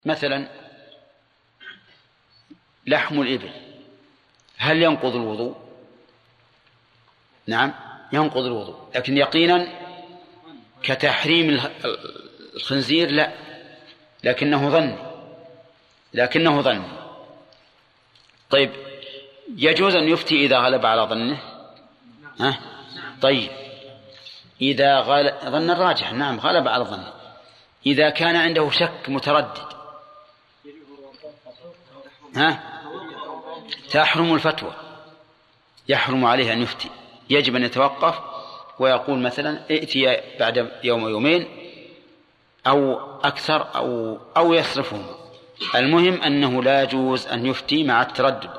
مثلا لحم الإبل هل ينقض الوضوء؟ نعم ينقض الوضوء، لكن يقينا كتحريم الخنزير لا، لكنه ظن. طيب يجوز أن يفتي إذا غلب على ظنه؟ طيب إذا ظن الراجح، نعم غلب على ظنه. إذا كان عنده شك متردد تحرم الفتوى، يحرم عليه أن يفتي، يجب أن يتوقف ويقول مثلا ائتي بعد يوم يومين أو أكثر أو يصرفهم. المهم أنه لا يجوز أن يفتي مع التردد.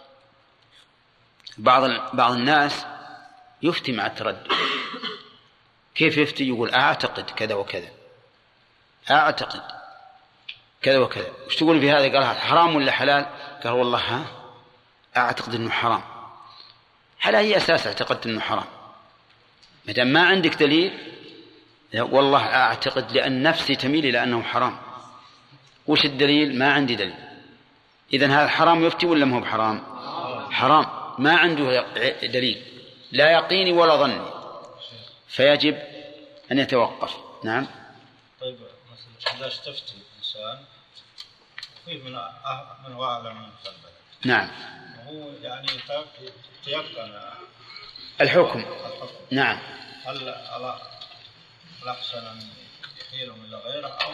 بعض الناس يفتي مع التردد. كيف يفتي؟ يقول أعتقد كذا وكذا، أعتقد كذا وكذا. وش تقول في هذا؟ قال حرام ولا حلال؟ قال والله أعتقد أنه حرام. على أي أساس اعتقدت أنه حرام؟ مدام ما عندك دليل، والله أعتقد لأن نفسي تميل إلى أنه حرام. وش الدليل؟ ما عندي دليل. إذن هذا حرام يفتي ولا ما هو بحرام؟ حرام، ما عنده دليل، لا يقيني ولا ظني، فيجب أن يتوقف. نعم. طيب مثلا إذا استفتي إنسان وفيه من هو أعلم من البلد، نعم، وهو يعني تيقن الحكم. نعم. هل الأحسن أن يحيلهم إلى غيره أو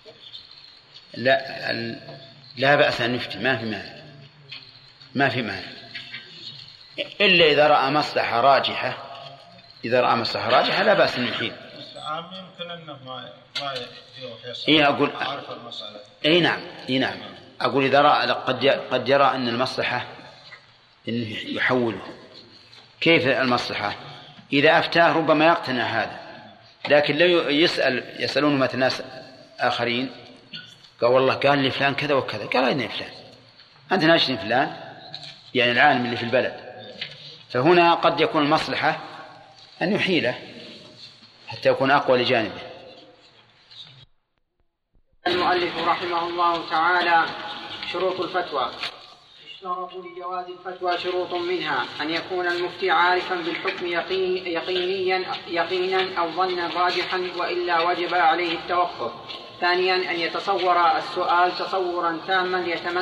لا بأس أن يفتي، ما في مانع إلا إذا رأى مصلحة راجحة. إذا رأى مصلحة راجحة لا بأس أن يحيل. يمكن أنه ما أقول عارف المسألة. نعم. أقول إذا رأى قد يرى أن المصلحة إنه يحوله. كيف المصلحة؟ إذا أفتاه ربما يقتنع هذا، لكن لو يسألون مثل ناس آخرين، قال والله قال لي فلان كذا وكذا، قال أين فلان؟ أنت ناشر فلان، يعني العالم اللي في البلد. فهنا قد يكون المصلحة أن يحيله حتى يكون أقوى لجانبه. المؤلف رحمه الله تعالى: شروط الفتوى. اشترط لجواز الفتوى شروط، منها أن يكون المفتي عارفا بالحكم يقينا أو ظنا راجحا، وإلا وجب عليه التوقف. ثانيا أن يتصور السؤال تصورا تاما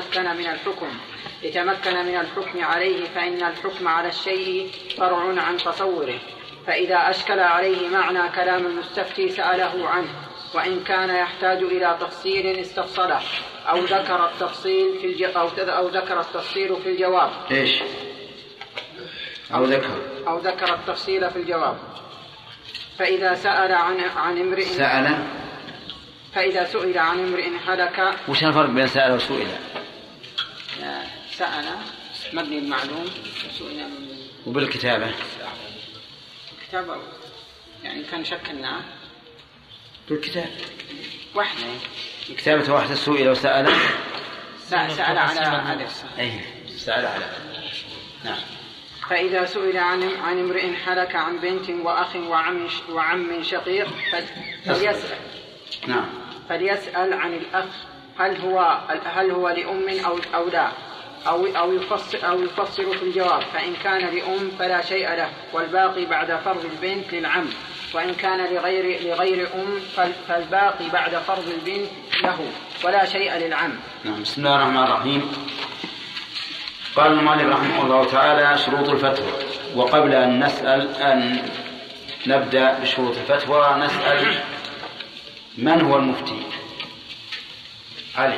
يتمكن من الحكم عليه، فإن الحكم على الشيء فرع عن تصوره. فإذا أشكل عليه معنى كلام المستفتي سأله عنه، وإن كان يحتاج إلى تفصيل استفصله، أو ذكر التفصيل في الجواب. إيش؟ أو ذكر التفصيل في الجواب. فإذا سئل عن امرئ هلك. وش الفرق بين سأل وسئل؟ سأل مبني المعلوم، وسئل وبالكتابة كتابة يعني كان شكلنا بالكتاب واحدة، كتابة واحدة. سئل وسأل سأل على ألف. سأل على. نعم. فإذا سئل عن امرئ هلك عن بنت وأخ وعم شقيق فليسأل. نعم. فليسأل عن الأخ هل هو لأم أو لا، أو يفصل في الجواب. فإن كان لأم فلا شيء له، والباقي بعد فرض البنت للعم. وإن كان لغير أم فالباقي بعد فرض البنت له، ولا شيء للعم. نعم. بسم الله الرحمن الرحيم. قال المؤلف رحمه الله تعالى: شروط الفتوى. وقبل أن نبدأ بشروط الفتوى نسأل: من هو المفتي؟ علي.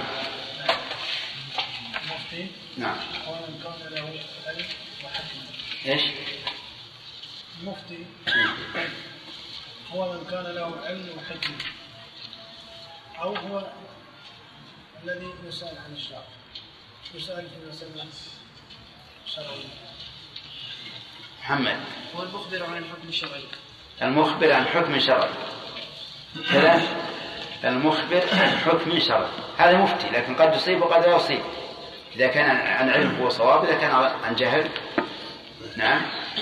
المفتي نعم. هو من كان له علم وحكمة. إيش؟ المفتي هو من كان له علم وحكمة، أو هو الذي يسأل عن الشرع، يسأل في مسألة شرعية. محمد. هو المخبر عن الحكم الشرعي. المخبر عن حكم شرعي كذا. المخبر عن حكم شرعي هذا مفتي، لكن قد يصيب وقد لا يصيب. إذا كان عن علم هو صواب، إذا كان عن جهل نعم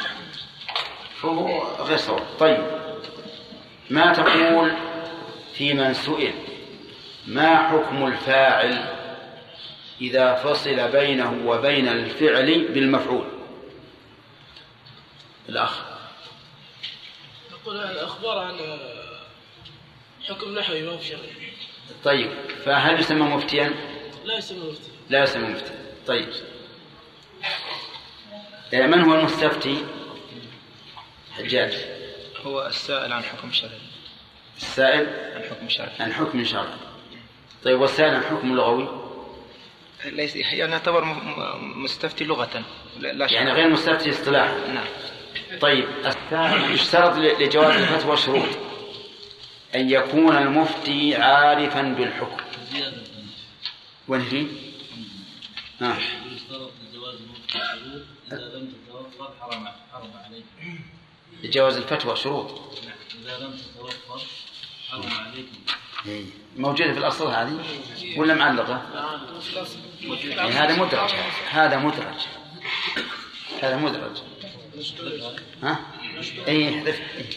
فهو غير صواب. طيب، ما تقول في من سئل ما حكم الفاعل إذا فصل بينه وبين الفعل بالمفعول؟ الأخ يقول الأخبار عن حكم نحوي ما هو شرعي. طيب، فهل يسمى مفتيا؟ لا يسمى مفتي. لا يسمى مفتي. طيب، من هو المستفتي؟ حجاج. هو السائل عن حكم شرعي. السائل عن حكم شرعي. عن حكم شرعي. طيب، والسائل عن حكم لغوي؟ ليس يعني نعتبر مستفتي لغة، لا شرعي. يعني غير مستفتي اصطلاحا. نعم. طيب، السائل يشترط لجواز الفتوى شروط: أن يكون المفتي عارفا بالحكم. وانهي؟ يشترط لجواز المفتي شروط إذا لم تتوفر حرم عليك. لجواز الفتوى شروط. نعم، إذا لم تتوفر حرم عليكم. موجودة في الأصل هذه ولا معلقة؟ يعني هذا مدرج. هذا مدرج. ها؟ أي حذف.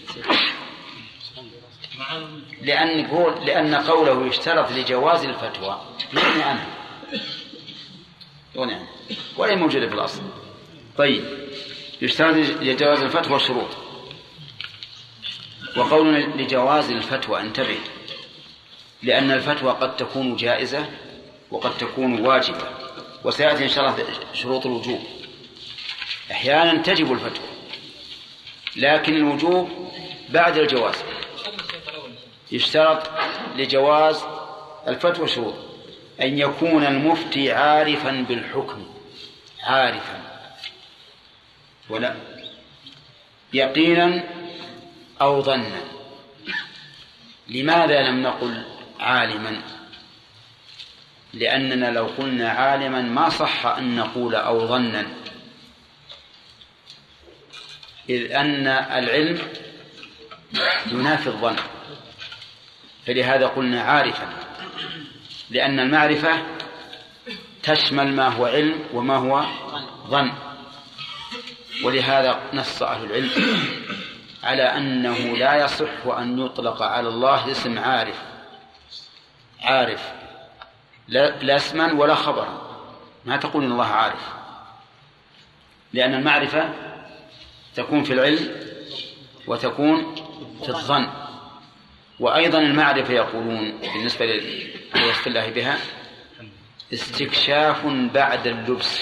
لأن قوله يشترط لجواز الفتوى يغني عنه ولا موجودة في الأصل. طيب، يشترط لجواز الفتوى شروط. وقولنا لجواز الفتوى انتبه، لأن الفتوى قد تكون جائزة وقد تكون واجبة، وسيأتي إن شاء الله شروط الوجوب. أحيانا تجب الفتوى لكن الوجوب بعد الجواز. يشترط لجواز الفتوى شروط: أن يكون المفتي عارفا بالحكم، عارفا ولا يقينا أو ظنا. لماذا لم نقل عالما؟ لأننا لو قلنا عالما ما صح أن نقول أو ظنا، إذ أن العلم ينافي الظن، فلهذا قلنا عارفا، لأن المعرفة تشمل ما هو علم وما هو ظن. ولهذا نص أهل العلم على أنه لا يصح أن يطلق على الله اسم عارف لا اسما ولا خبرا. ما تقول إن الله عارف، لأن المعرفة تكون في العلم وتكون في الظن. وأيضا المعرفة يقولون بالنسبة لوصف الله بها استكشاف بعد اللبس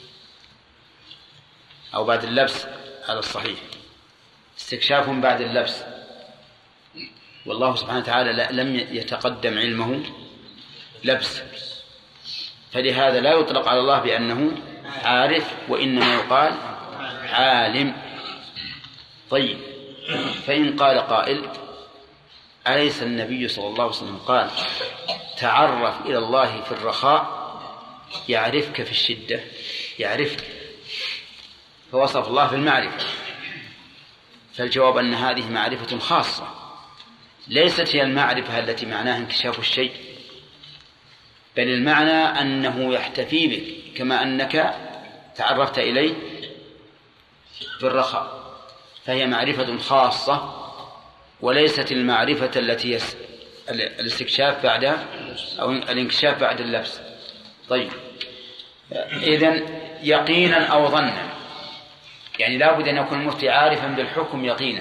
أو بعد اللبس على الصحيح، استكشاف بعد اللبس. والله سبحانه وتعالى لم يتقدم علمه لبس، فلهذا لا يطلق على الله بأنه عارف، وإنما يقال عالم. طيب، فإن قال قائل: أليس النبي صلى الله عليه وسلم قال تعرف إلى الله في الرخاء يعرفك في الشدة؟ يعرفك، فوصف الله في المعرفة. فالجواب أن هذه معرفة خاصة، ليست هي المعرفة التي معناها انكشاف الشيء، بل المعنى أنه يحتفي بك كما أنك تعرفت إليه في الرخاء، فهي معرفة خاصة وليست المعرفة التي الاستكشاف بعد أو الانكشاف بعد اللبس. طيب، إذن يقينا أو ظنا، يعني لا بد أن يكون المفتي عارفا بالحكم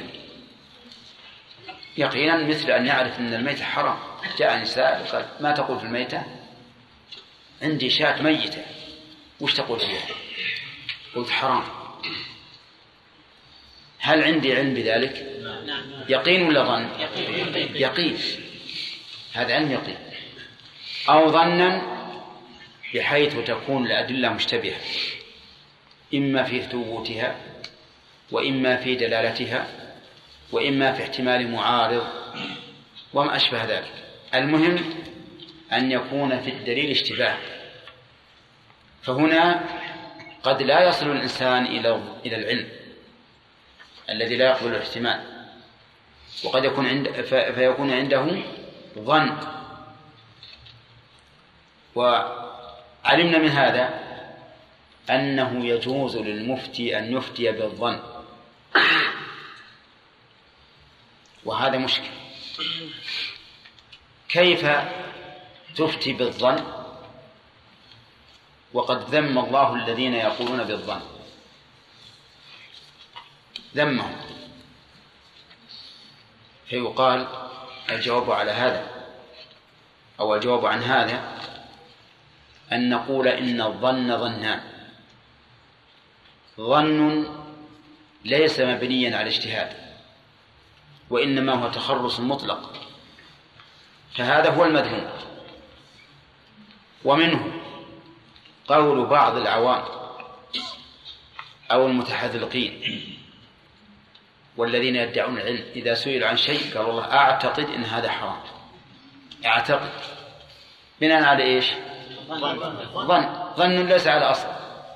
يقينا مثل أن يعرف أن الميتة حرام. جاء نساء وقال: ما تقول في الميتة؟ عندي شاة ميتة، وش تقول فيها؟ قلت حرام. هل عندي علم بذلك؟ يقين ولا ظن؟ يقين، هذا علم يقين. أو ظنا بحيث تكون الأدلة مشتبهة، إما في ثبوتها وإما في دلالتها وإما في احتمال معارض وما أشبه ذلك. المهم أن يكون في الدليل اشتباه، فهنا قد لا يصل الإنسان إلى العلم الذي لا يقبل الاحتمال، وقد يكون فيكون عنده ظن. وعلمنا من هذا أنه يجوز للمفتي أن يفتي بالظن، وهذا مشكل. كيف تفتي بالظن، وقد ذم الله الذين يقولون بالظن، ذمهم. فيقال الجواب على هذا أو الجواب عن هذا أن نقول إن الظن ظنان: ظن ليس مبنيا على اجتهاد، وإنما هو تخرص مطلق، فهذا هو المذموم. ومنه قول بعض العوام أو المتحذلقين والذين يدعون العلم إذا سئلوا عن شيء قال: والله أعتقد إن هذا حرام. أعتقد بناء على إيش؟ ظن ليس على أصل.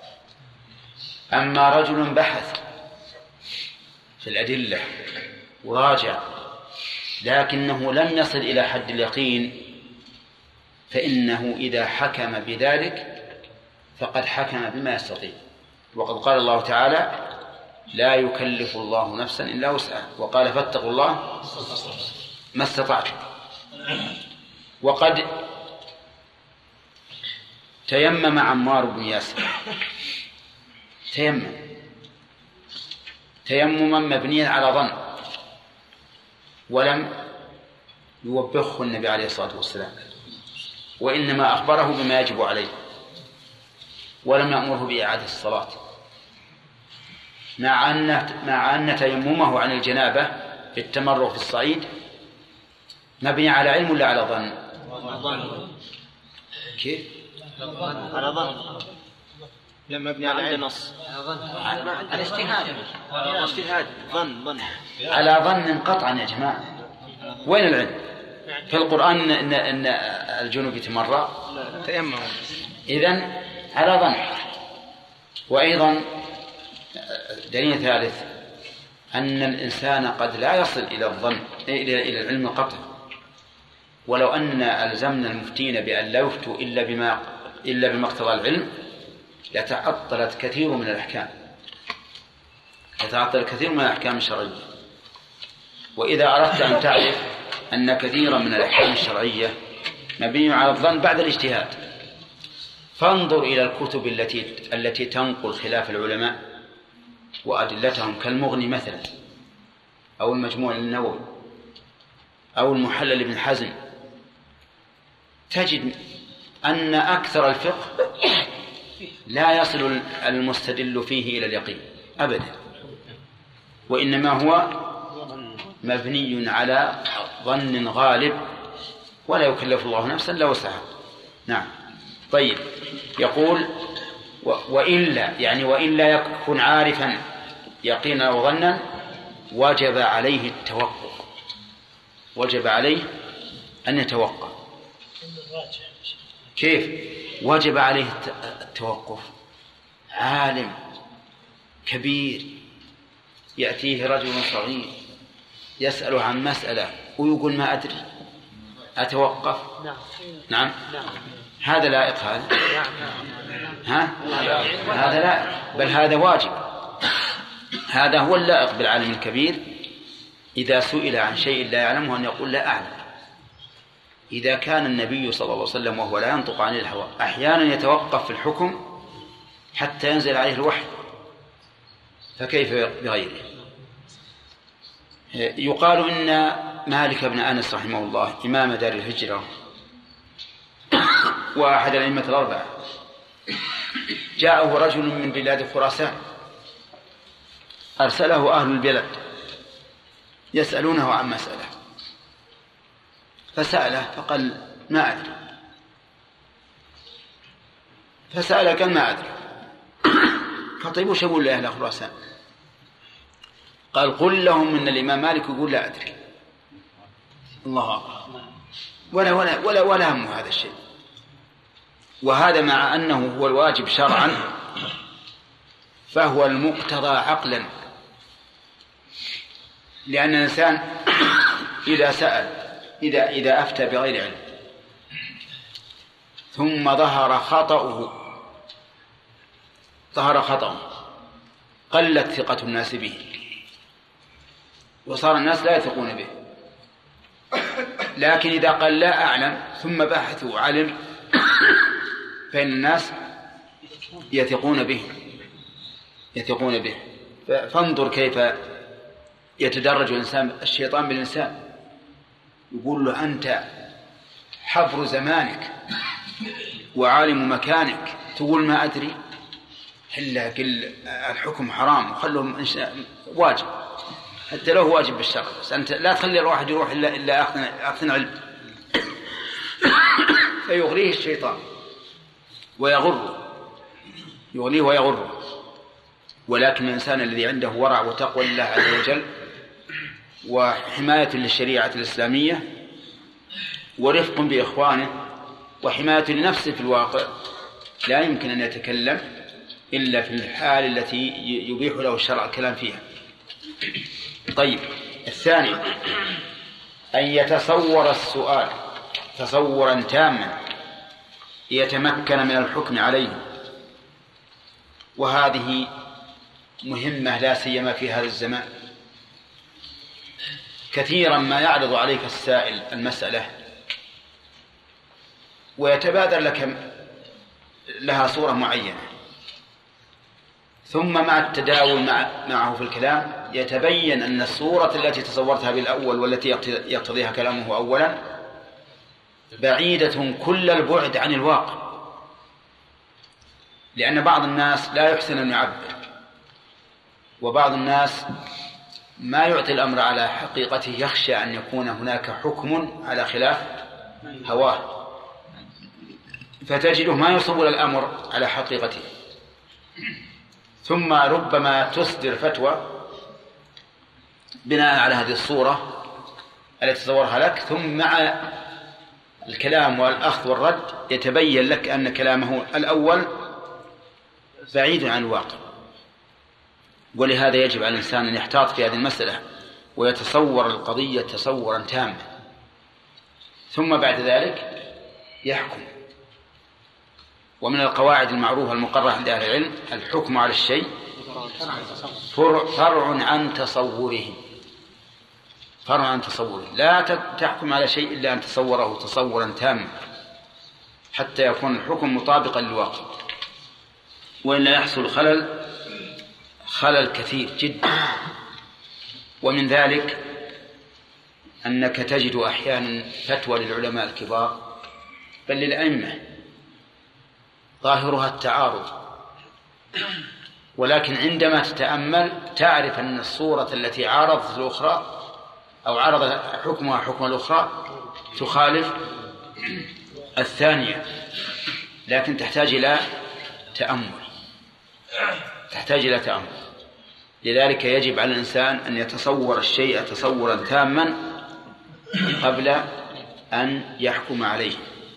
أما رجل بحث في الأدلة وراجع لكنه لم يصل إلى حد اليقين، فإنه إذا حكم بذلك فقد حكم بما يستطيع. وقد قال الله تعالى: لا يكلف الله نفسا إلا وسعها، وقال: فاتقوا الله ما استطعتم. وقد تيمم عمار بن ياسر تيمما مبنيا على ظن، ولم يوبخه النبي عليه الصلاة والسلام، وإنما أخبره بما يجب عليه، ولم يأمره بإعادة الصلاة، مع أن تيممه عن الجنابة في التمرغ في الصعيد مبني على علم ولا على ظن؟ كيف؟ على ظن. لما مبني على نص على اجتهاد. ظن على ظن قطعا يا جماعة. وين العلم؟ في القرآن إن الجنوب يتمرغ تيمم. إذن على ظن. وأيضا دليل ثالث أن الإنسان قد لا يصل إلى الظن إلى العلم القطع، ولو أن ألزمنا المفتين بأن لا يفتوا إلا بما اقتضى العلم لتعطلت كثير من الأحكام، الشرعية. وإذا أردت أن تعرف أن كثيرا من الأحكام الشرعية مبني على الظن بعد الاجتهاد، فانظر إلى الكتب التي تنقل خلاف العلماء وأدلتهم، كالمغني مثلا، أو المجموع للنووي، أو المحلل لابن حزم، تجد أن أكثر الفقه لا يصل المستدل فيه إلى اليقين أبدا، وإنما هو مبني على ظن غالب، ولا يكلف الله نفسا إلا وسعها. نعم. طيب، يقول: وإلا يكن عارفا يقينا وظنا وجب عليه التوقف، وجب عليه أن يتوقف. كيف وجب عليه التوقف؟ عالم كبير يأتيه رجل صغير يسأله عن مسألة ويقول: ما أدري، أتوقف؟ نعم. هذا لائق؟ هذا لا، بل هذا واجب. هذا هو اللائق بالعالم الكبير إذا سئل عن شيء لا يعلمه أن يقول: لا أعلم. إذا كان النبي صلى الله عليه وسلم وهو لا ينطق عن الهوى أحيانا يتوقف في الحكم حتى ينزل عليه الوحي، فكيف بغيره؟ يقال إن مالك بن أنس رحمه الله إمام دار الهجرة وأحد الأئمة الأربعة، جاءه رجل من بلاد خراسان، أرسله أهل البلد يسألونه عن مسألة، فسأله فقال: ما أدري. فسأله قال: ما أدري. فطيب وش أقول لأهل خراسان؟ قال: قل لهم إن الإمام مالك يقول لا أدري. الله أكبر. ولا هم هذا الشيء. وهذا مع أنه هو الواجب شرعا فهو المقتضى عقلا، لأن الإنسان إذا سأل إذا أفتى بغير علم ثم ظهر خطأه قلت ثقة الناس به، وصار الناس لا يثقون به، لكن إذا قال لا أعلم ثم بحثوا وعلم فإن الناس يثقون به. فانظر كيف يتدرج الشيطان بالإنسان، يقول له أنت حبر زمانك وعالم مكانك تقول ما أدري، إلا قل الحكم حرام وخلهم واجب، حتى لو هو واجب بالشرع، بس أنت لا تخلي الواحد يروح إلا أخذ علم. فيغريه الشيطان يغريه ويغره. ولكن الإنسان الذي عنده ورع وتقوى لله عز وجل وحماية للشريعة الإسلامية ورفق بإخوانه وحماية لنفسه في الواقع لا يمكن أن يتكلم إلا في الحال التي يبيح له الشرع الكلام فيها. طيب، الثاني أن يتصور السؤال تصورا تاما يتمكن من الحكم عليه، وهذه مهمة لا سيما في هذا الزمان. كثيرا ما يعرض عليك السائل المسألة ويتبادر لك لها صورة معينة، ثم مع التداول معه في الكلام يتبين أن الصورة التي تصورتها بالأول والتي يقتضيها كلامه أولا بعيدة كل البعد عن الواقع، لأن بعض الناس لا يحسن أن يعبر، وبعض الناس ما يعطي الأمر على حقيقته، يخشى أن يكون هناك حكم على خلاف هواه، فتجده ما يصور الأمر على حقيقته. ثم ربما تصدر فتوى بناء على هذه الصورة التي تصورها لك، ثم مع الكلام والأخذ والرد يتبين لك أن كلامه الأول بعيد عن الواقع. ولهذا يجب على الإنسان أن يحتاط في هذه المسألة ويتصور القضية تصورا تاما، ثم بعد ذلك يحكم. ومن القواعد المعروفة المقررة عند أهل العلم الحكم على الشيء فرع عن تصوره، لا تحكم على شيء إلا أن تصوره تصورا تاما حتى يكون الحكم مطابقا للواقع، وإلا يحصل خلل كثير جدا. ومن ذلك أنك تجد أحيانا فتوى للعلماء الكبار بل للأئمة ظاهرها التعارض، ولكن عندما تتأمل تعرف أن الصورة التي عارضت الأخرى أو عرض حكمها حكم الأخرى تخالف الثانية، لكن تحتاج إلى تأمل. لذلك يجب على الإنسان أن يتصور الشيء تصورا تاما قبل أن يحكم عليه.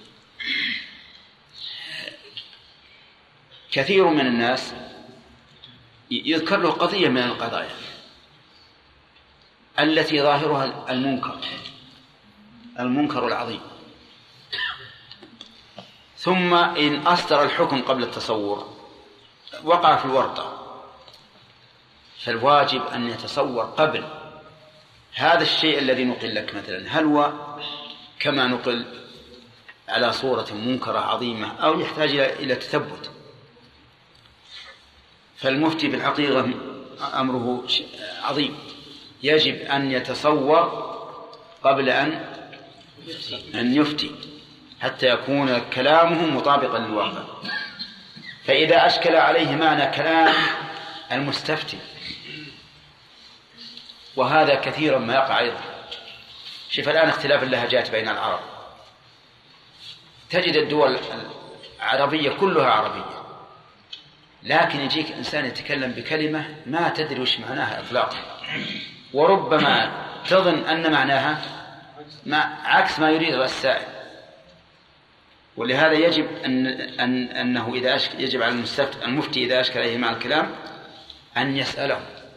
كثير من الناس يذكر له قضية من القضايا التي ظاهرها المنكر العظيم، ثم إن أصدر الحكم قبل التصور وقع في الورطة. فالواجب أن يتصور قبل هذا الشيء الذي نقل لك مثلا هل هو كما نقل على صورة منكرة عظيمة أو يحتاج إلى تثبت. فالمفتي بالحقيقة أمره عظيم، يجب أن يتصور قبل أن يفتي حتى يكون كلامه مطابقا للواقع. فإذا أشكل عليه معنى كلام المستفتي، وهذا كثيرا ما يقع أيضا. شوف الآن اختلاف اللهجات بين العرب، تجد الدول العربية كلها عربية، لكن يجيك إنسان يتكلم بكلمة ما تدري وش معناها إطلاقا، وربما تظن أن معناها عكس ما يريده السائل. ولهذا يجب أنه يجب على المفتي إذا أشكل عليه مع الكلام أن يسأله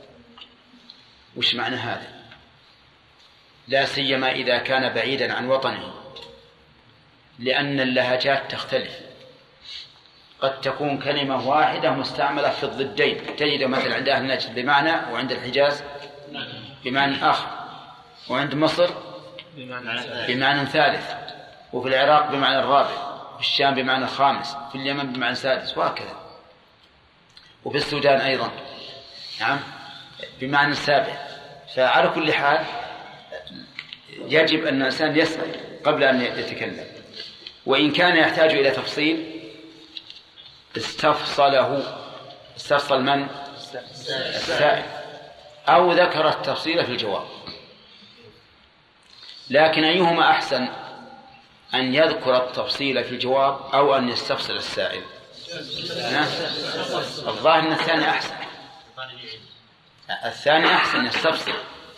وش معنى هذا، لا سيما إذا كان بعيدا عن وطنه، لأن اللهجات تختلف. قد تكون كلمة واحدة مستعملة في الضدين، تجد مثلا عند أهل نجد بمعنى وعند الحجاز بمعنى آخر، وعند مصر بمعنى ثالث، وفي العراق بمعنى الرابع، في الشام بمعنى الخامس، في اليمن بمعنى السادس، وهكذا، وفي السودان أيضا نعم بمعنى السابع. فعلى كل حال يجب أن الإنسان يسأل قبل أن يتكلم، وإن كان يحتاج إلى تفصيل استفصل من؟ السائل، أو ذكر التفصيل في الجواب. لكن أيهما أحسن، أن يذكر التفصيل في الجواب أو أن يستفصل السائل؟ الظاهر أن الثاني أحسن، الثاني أحسن يستفصل،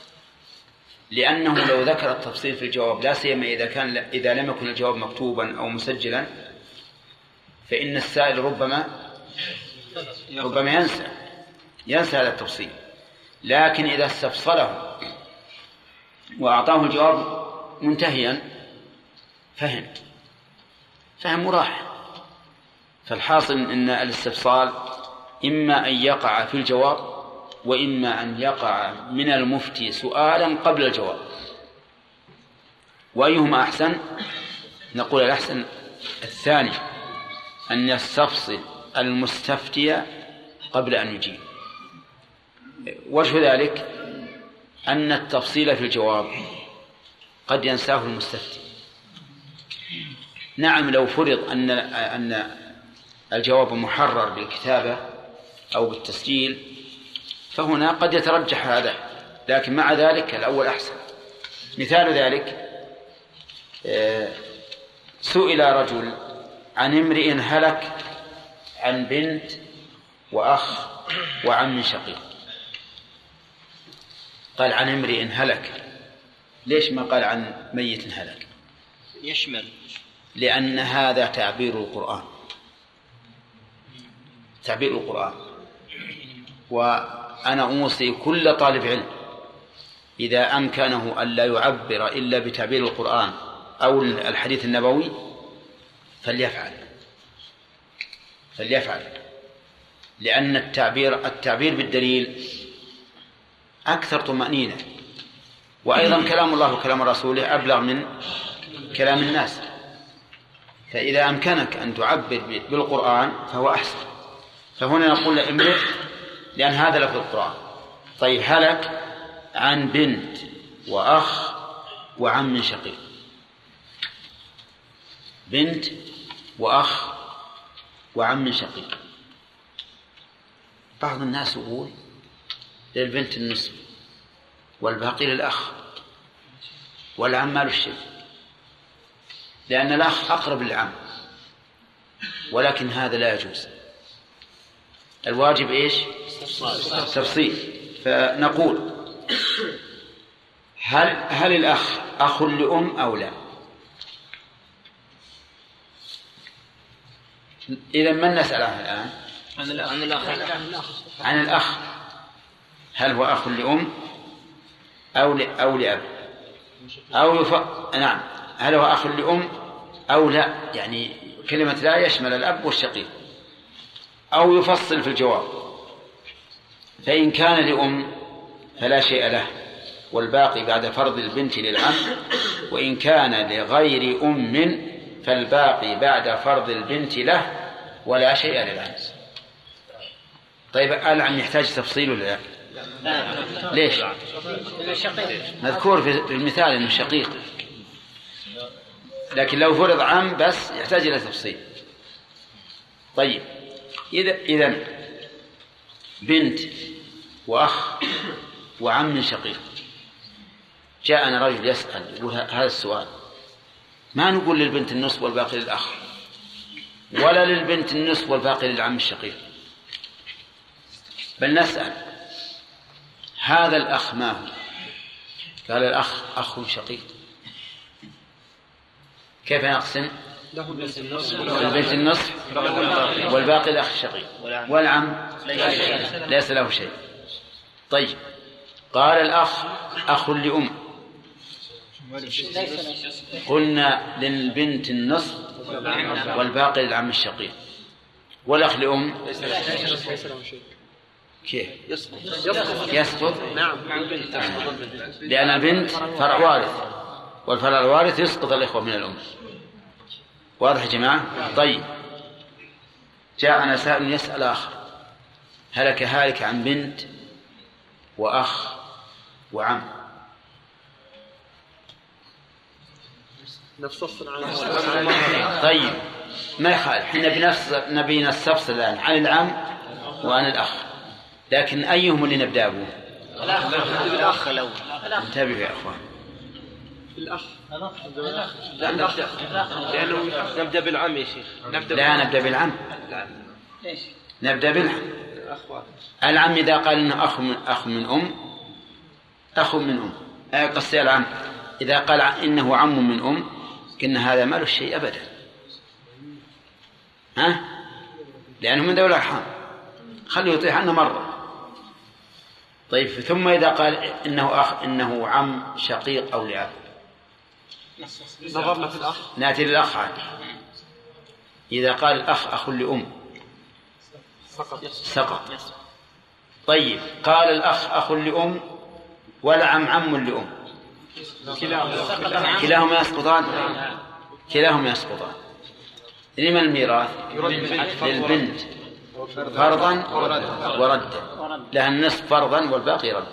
لأنه لو ذكر التفصيل في الجواب، لا سيما إذا لم يكن الجواب مكتوبا أو مسجلا، فإن السائل ربما ينسى هذا التفصيل. لكن إذا استفصله وأعطاه الجواب منتهيا فهم وراح. فالحاصل أن الاستفصال إما أن يقع في الجواب، وإما أن يقع من المفتي سؤالا قبل الجواب. وأيهما أحسن؟ نقول الأحسن الثاني، أن يستفصل المستفتي قبل أن يجيب. وجه ذلك أن التفصيل في الجواب قد ينساه المستفتي. نعم، لو فرض أن الجواب محرر بالكتابة أو بالتسجيل فهنا قد يترجح هذا، لكن مع ذلك الأول أحسن. مثال ذلك سئل رجل عن امرئ هلك عن بنت وأخ وعم شقيق. قال عن امرئ هلك، ليش ما قال عن ميت هلك؟ يشمل، لأن هذا تعبير القرآن. وأنا أوصي كل طالب علم إذا أمكنه أن لا يعبر إلا بتعبير القرآن أو الحديث النبوي فليفعل، لأن التعبير بالدليل أكثر طمأنينة، وأيضا كلام الله وكلام رسوله أبلغ من كلام الناس. فإذا أمكنك أن تعبر بالقرآن فهو أحسن. فهنا نقول امرئ لأن هذا لفظ القرآن. طيب هلك عن بنت وأخ وعم شقيق، بنت وأخ وعم شقيق. بعض الناس يقول للبنت النصف والباقي للأخ، والعم ما له شيء، لأن الأخ أقرب للعم، ولكن هذا لا يجوز. الواجب إيش؟ تفصيل. فنقول هل الأخ أخ لأم أو لا؟ إذا من نسأل الآن؟ عن الأخ، هل هو أخ لأم أو لأب نعم، هل هو أخ لأم أو لا؟ يعني كلمة لا يشمل الأب والشقيق. أو يفصل في الجواب، فإن كان لأم فلا شيء له، والباقي بعد فرض البنت للعم، وإن كان لغير أم فالباقي بعد فرض البنت له ولا شيء للعم. طيب العم يحتاج تفصيل ولا لا؟ ليش؟ مذكور في المثال إنه شقيق، لكن لو فرض عم بس يحتاج إلى تفصيل. طيب إذا بنت وأخ وعم شقيق، جاءنا رجل يسأل يقول هذا السؤال، ما نقول للبنت النصف والباقي للأخ، ولا للبنت النصف والباقي للعم الشقيق، بل نسأل هذا الأخ ما هو؟ قال الأخ أخ شقيق. كيف نقسم؟ البنت النصف والباقي الأخ الشقيق، والعم ليس له شيء. طيب قال الأخ أخ لأم، قلنا للبنت النصف والباقي للعم الشقيق، والأخ لأم كيف؟ يسقط. نعم، لأن البنت فرع وارث والفرع الوارث يسقط الإخوة من الأم. واضح يا جماعة؟ طيب، جاءنا سائل يسأل آخر: هلك هالك عن بنت وأخ وعم. طيب ما يخالف، احنا نبي نستفصل الآن عن العم وعن الأخ، لكن أيهم اللي نبدأ به؟ الأخ الأول. انتبهوا يا أخوان. الأخ. لا لأنه نبدأ بالعم يا شيخ. لا نبدأ بالعم. نبدأ بالعم. العم إذا قال إنه أخ من أم قصدي العم إذا قال إنه عم من أم قلنا هذا ما له شيء أبدا، لأنه من ذوي الأرحام، خليه يطيح عنه مرة. طيب ثم إذا قال إنه عم شقيق أو لأب، نظرنا في الأخ. نأتي للأخ عادي. إذا قال الأخ أخ لأم سقط. طيب قال الأخ أخ لأم والعم عم لأم، كلاهما يسقطان. لمن الميراث؟ للبنت فرضا وردا، لها النصف فرضا والباقي ردا.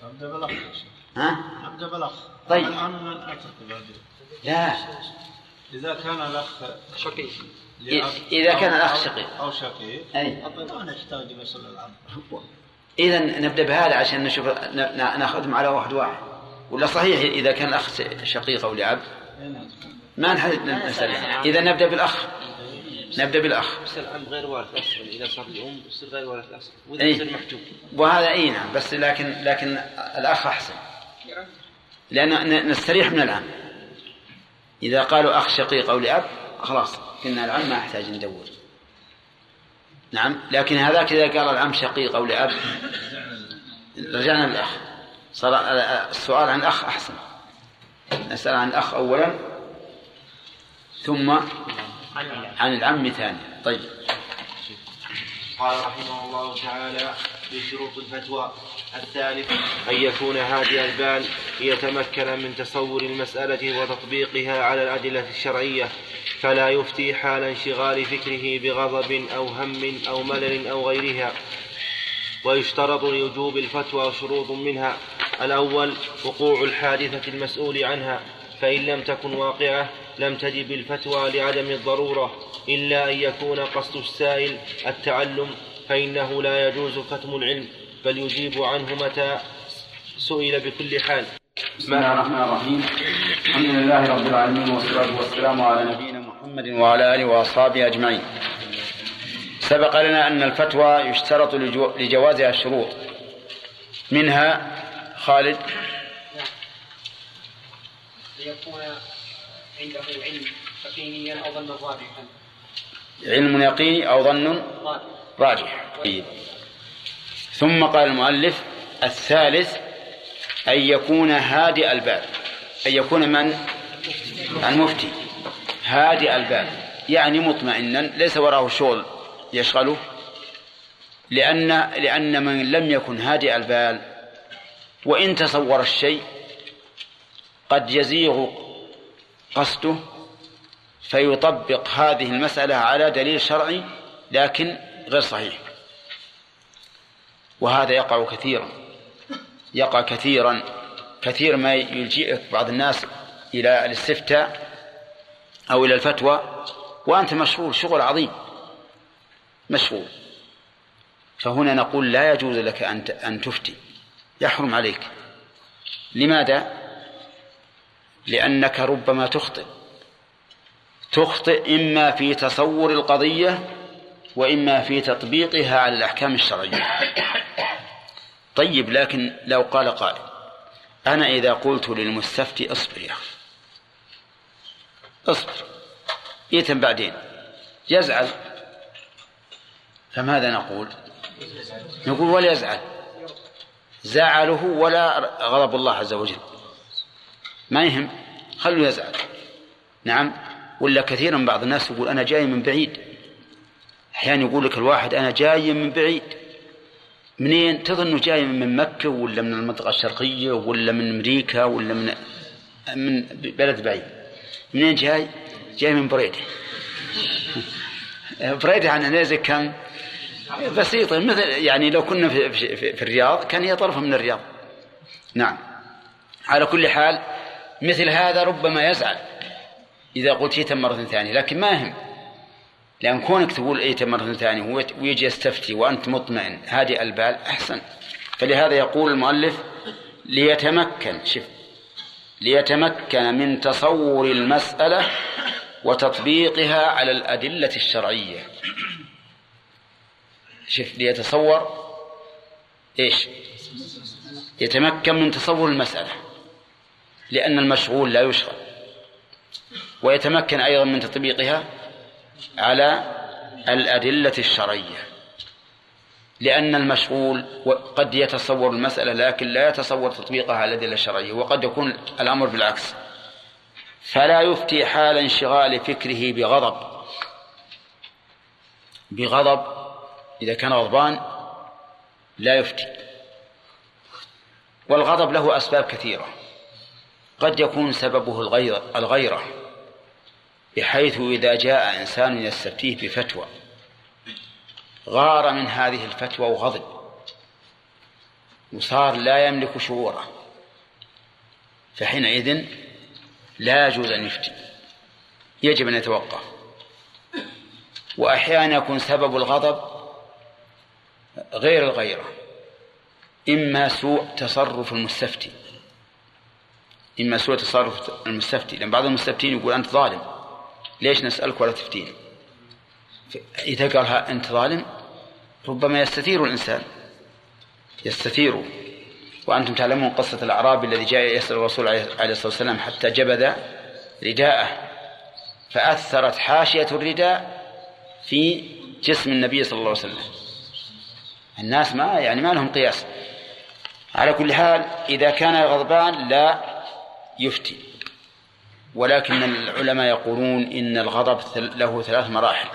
نبدأ بالأخ. طيب لا، إذا كان الأخ شقيق، إذا كان الأخ شقيق أو شقيق ما نحتاج مثل العم. إذا نبدأ بهذا عشان نشوف نأخذهم على واحد، ولا صحيح إذا كان الأخ شقيق أو لأب ما نحدد نسأل. إذا نبدأ بالأخ. يصير العم غير وارث أصلا، إذا صار لأم يصير غير وارث أصلا، وإذا يصير محجوب. وهذا نعم، بس لكن الأخ أحسن، لأن نستريح من العم. إذا قالوا أخ شقيق أو لأب خلاص قلنا العم ما أحتاج ندور. نعم، لكن هذاك إذا قال العم شقيق أو لأب رجعنا للأخ. صار السؤال عن الأخ أحسن، نسأل عن الأخ أولا ثم عن العم ثانيا. طيب. قال رحمه الله تعالى: بشروط الفتوى: الثالث أن يكون هادئ البال ليتمكن من تصور المسألة وتطبيقها على الأدلة الشرعية، فلا يفتي حال انشغال فكره بغضب أو هم أو ملل أو غيرها. ويشترط لوجوب الفتوى شروط منها: الأول وقوع الحادثة المسؤول عنها، فإن لم تكن واقعة لم تجب الفتوى لعدم الضرورة، إلا أن يكون قصد السائل التعلم، فإنه لا يجوز كتم العلم، بل يجيب عنه متى سئل بكل حال. بسم الله الرحمن الرحيم. الحمد لله رب العالمين، والصلاة والسلام على نبينا محمد وعلى آله وأصحابه أجمعين. سبق لنا أن الفتوى يشترط لجوازها الشروط، منها خالد ليكون عنده علم يقينيا أو ظن راجحا. علم يقيني أو ظن راجح. ثم قال المؤلف: الثالث أن يكون هادئ البال. أن يكون من؟ المفتي هادئ البال، يعني مطمئنا ليس وراءه شغل يشغله، لأن من لم يكن هادئ البال وإن تصور الشيء قد يزيغ قصده فيطبق هذه المسألة على دليل شرعي لكن غير صحيح، وهذا يقع كثيرا كثير ما يلجئك بعض الناس إلى الاستفتاء أو إلى الفتوى وأنت مشغول شغل عظيم مشغول. فهنا نقول لا يجوز لك أن تفتي، يحرم عليك. لماذا؟ لأنك ربما تخطئ إما في تصور القضية وإما في تطبيقها على الأحكام الشرعية. طيب، لكن لو قال قائل: أنا إذا قلت للمستفتي اصبر يا أخي اصبر، يتم بعدين يزعل، فماذا نقول؟ نقول ولا يزعل، زعله ولا غضب الله عز وجل، ما يهم، خلوا يزعل. نعم. ولا كثيرا بعض الناس يقول أنا جاي من بعيد، أحيانا يقول لك الواحد أنا جاي من بعيد. منين؟ تظن جاي من مكة ولا من المنطقة الشرقية ولا من أمريكا ولا من من بلد بعيد. منين جاي؟ جاي من بريدة. بريدة عن نيزك كم بسيطة، مثل يعني لو كنا في الرياض كان هي طرف من الرياض. نعم. على كل حال مثل هذا ربما يزعل إذا قلت يتم مرة ثانية، لكن ما يهم، لأن كونك تقول يتم مرة ثانية ويجي يستفتي وأنت مطمئن هادئ البال أحسن. فلهذا يقول المؤلف ليتمكن من تصور المسألة وتطبيقها على الأدلة الشرعية. ليتصور إيش؟ يتمكن من تصور المسألة، لأن المشغول لا يشغل، ويتمكن أيضا من تطبيقها على الأدلة الشرعية، لأن المشغول قد يتصور المسألة لكن لا يتصور تطبيقها على الأدلة الشرعية، وقد يكون الأمر بالعكس. فلا يفتي حال انشغال فكره بغضب إذا كان غضبان لا يفتي. والغضب له أسباب كثيرة، قد يكون سببه الغيرة، بحيث إذا جاء إنسان يستفتيه بفتوى غار من هذه الفتوى وغضب وصار لا يملك شعوره، فحينئذ لا يجوز أن يفتي، يجب أن يتوقف. وأحيانا يكون سبب الغضب غير الغيرة، إما سوء تصرف المستفتي، لأن بعض المستفتين يقول أنت ظالم، ليش نسألك ولا تفتين؟ إذا قالها أنت ظالم ربما يستثير الإنسان، وأنتم تعلمون قصة الأعرابي الذي جاء يسأل الرسول عليه الصلاة والسلام حتى جبذ رداءه، فأثرت حاشية الرداء في جسم النبي صلى الله عليه وسلم. الناس ما لهم قياس. على كل حال إذا كان غضبان لا يفتي، ولكن العلماء يقولون إن الغضب له 3 مراحل: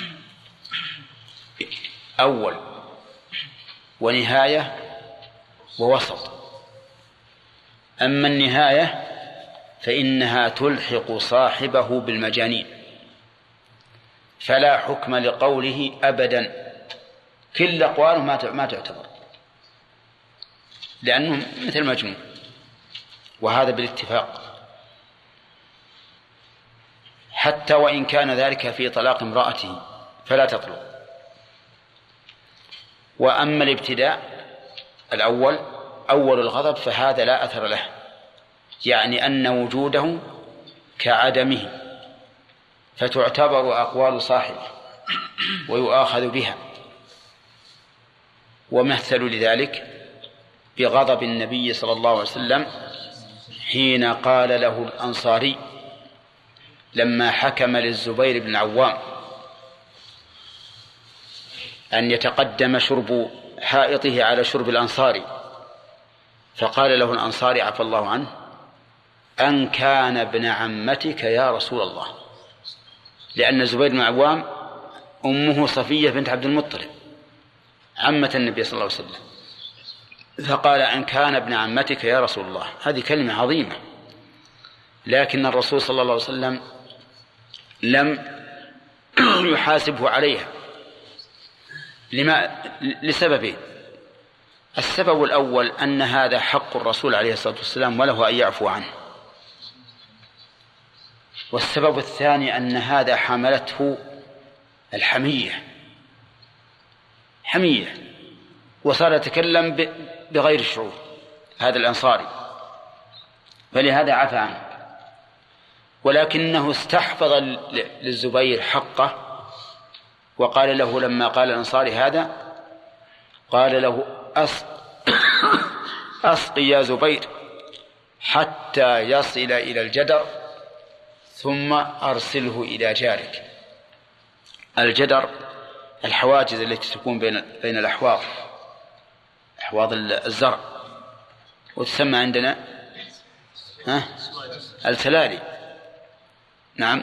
أول ونهاية ووسط. أما النهاية فإنها تلحق صاحبه بالمجانين، فلا حكم لقوله أبدا، كل أقواله ما تعتبر، لأنه مثل مجنون، وهذا بالاتفاق، حتى وإن كان ذلك في طلاق امرأته فلا تطلق. وأما الابتداء الأول أول الغضب فهذا لا أثر له، يعني أن وجوده كعدمه، فتعتبر أقوال صاحبه ويؤاخذ بها. ومثل لذلك بغضب النبي صلى الله عليه وسلم حين قال له الأنصاري لما حكم للزبير بن العوام أن يتقدم شرب حائطه على شرب الأنصاري، فقال له الأنصاري عفى الله عنه: أن كان ابن عمتك يا رسول الله، لأن الزبير بن العوام أمه صفية بنت عبد المطلب عمة النبي صلى الله عليه وسلم، فقال: أن كان ابن عمتك يا رسول الله. هذه كلمة عظيمة، لكن الرسول صلى الله عليه وسلم لم يحاسبه عليها لسببين: السبب الأول أن هذا حق الرسول عليه الصلاة والسلام وله أن يعفو عنه، والسبب الثاني أن هذا حملته الحمية، وصار يتكلم بغير الشعور هذا الأنصاري، فلهذا عفى عنه. ولكنه استحفظ للزبير حقه، وقال له لما قال الأنصاري هذا قال له: أسقي يا زبير حتى يصل إلى الجدر ثم أرسله إلى جارك. الجدر الحواجز التي تكون بين الأحواض، أحواض الزرع، وتسمى عندنا التلالي. نعم.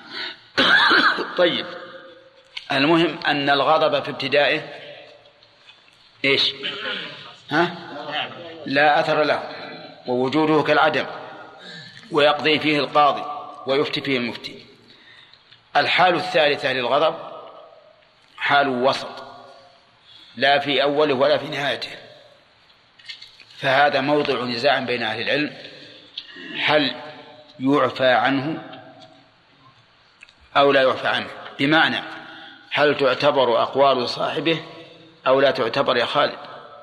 طيب، المهم أن الغضب في ابتدائه إيش؟ لا أثر له، ووجوده كالعدم، ويقضي فيه القاضي ويفتي فيه المفتي. الحال الثالثة للغضب حال وسط، لا في أوله ولا في نهايته، فهذا موضع نزاع بين أهل العلم، هل يعفى عنه أو لا يعفى عنه؟ بمعنى هل تعتبر أقوال صاحبه أو لا تعتبر يا خالد؟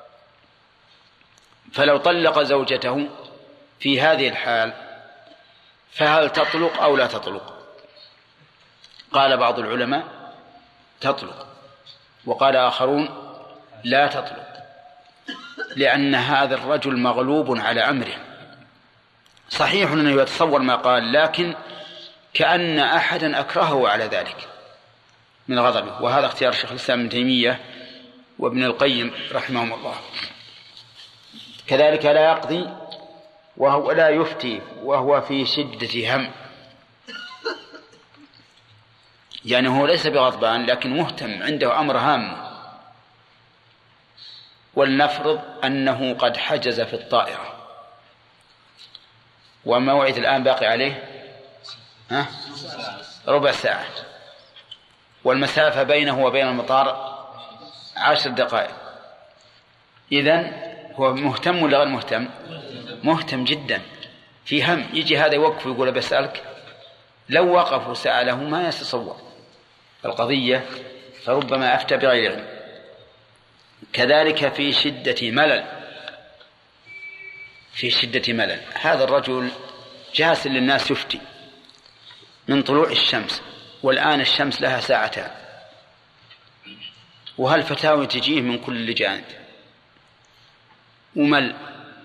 فلو طلق زوجته في هذه الحال فهل تطلق أو لا تطلق؟ قال بعض العلماء تطلق، وقال آخرون لا تطلق، لأن هذا الرجل مغلوب على أمره. صحيح أنه يتصور ما قال، لكن كأن أحدا أكرهه على ذلك من غضبه، وهذا اختيار الشيخ الإسلام ابن تيمية وابن القيم رحمهم الله. كذلك لا يقضي وهو لا يفتي وهو في شدة هم، يعني هو ليس بغضبان لكن مهتم، عنده أمر هام. ولنفرض أنه قد حجز في الطائرة وموعد الآن باقي عليه ربع ساعة، والمسافة بينه وبين المطار 10 دقائق، إذن هو مهتم ولا غير مهتم؟ مهتم جدا، في هم. يجي هذا يوقف ويقول بسألك، لو وقف وسأله ما يتصور القضية، فربما أفتى بغير علم. كذلك في شدة ملل، في شدة ملل، هذا الرجل جالس للناس يفتي من طلوع الشمس، والآن الشمس لها ساعتان، وهالفتاوى تجيه من كل جانب، ومل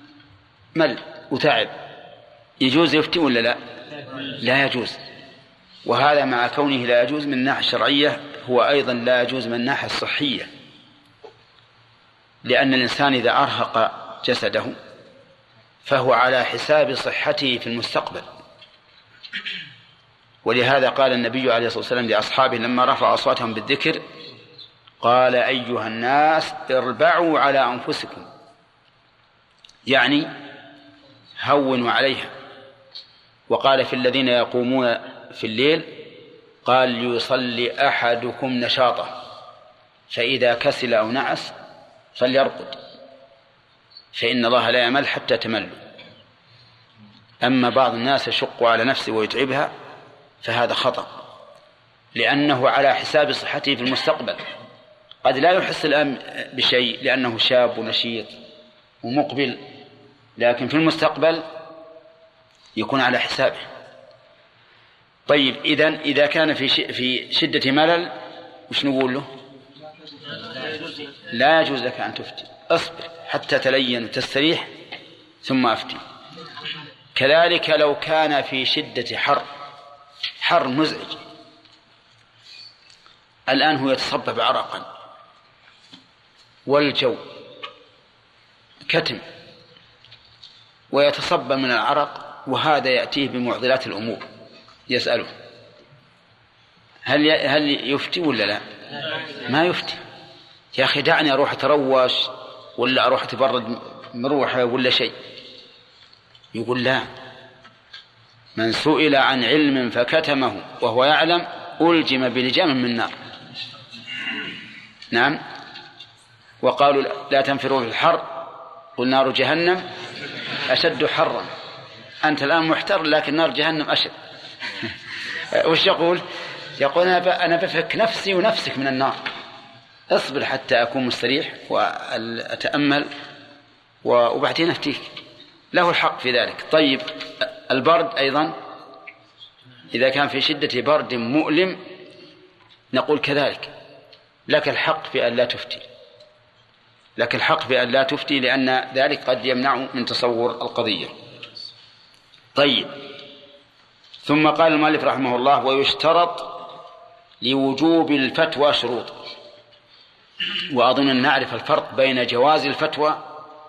وتعب. يجوز يفتي ولا لا؟ لا يجوز. وهذا مع كونه لا يجوز من الناحية الشرعية، هو أيضا لا يجوز من الناحية الصحية، لأن الإنسان إذا أرهق جسده فهو على حساب صحته في المستقبل. ولهذا قال النبي عليه الصلاة والسلام لأصحابه لما رفع أصواتهم بالذكر، قال أيها الناس اربعوا على أنفسكم، يعني هونوا عليها. وقال في الذين يقومون في الليل، قال ليصلي أحدكم نشاطه، فإذا كسل أو نعس فليرقد، فإن الله لا يمل حتى تملوا. أما بعض الناس يشق على نفسه ويتعبها فهذا خطأ، لأنه على حساب صحته في المستقبل. قد لا يحس الآن بشيء لأنه شاب ونشيط ومقبل، لكن في المستقبل يكون على حسابه. طيب، إذا كان في شدة ملل وش نقول له؟ لا يجوز لك أن تفتي، اصبر حتى تلين وتستريح ثم أفتي. كذلك لو كان في شدة حر مزعج، الآن هو يتصبب عرقا والجو كتم ويتصبب من العرق، وهذا يأتيه بمعضلات الأمور، يسأله هل يفتي ولا لا؟ ما يفتي. يا أخي دعني أروح أتروش ولا أروح أتبرد مروحة ولا شيء. يقول لا، من سئل عن علم فكتمه وهو يعلم ألجم بلجام من نار. نعم. وقالوا لا تنفروا في الحر قل نار جهنم أشد حرا. أنت الآن محتر، لكن نار جهنم أشد. وش يقول أنا بفك نفسي ونفسك من النار، اصبر حتى أكون مستريح وأتأمل وبعدين أفتيك. له الحق في ذلك. طيب، البرد أيضا إذا كان في شدة برد مؤلم نقول كذلك لك الحق في أن لا تفتي، لك الحق في أن لا تفتي، لأن ذلك قد يمنع من تصور القضية. طيب، ثم قال المؤلف رحمه الله: ويشترط لوجوب الفتوى شروط. وأظن أن نعرف الفرق بين جواز الفتوى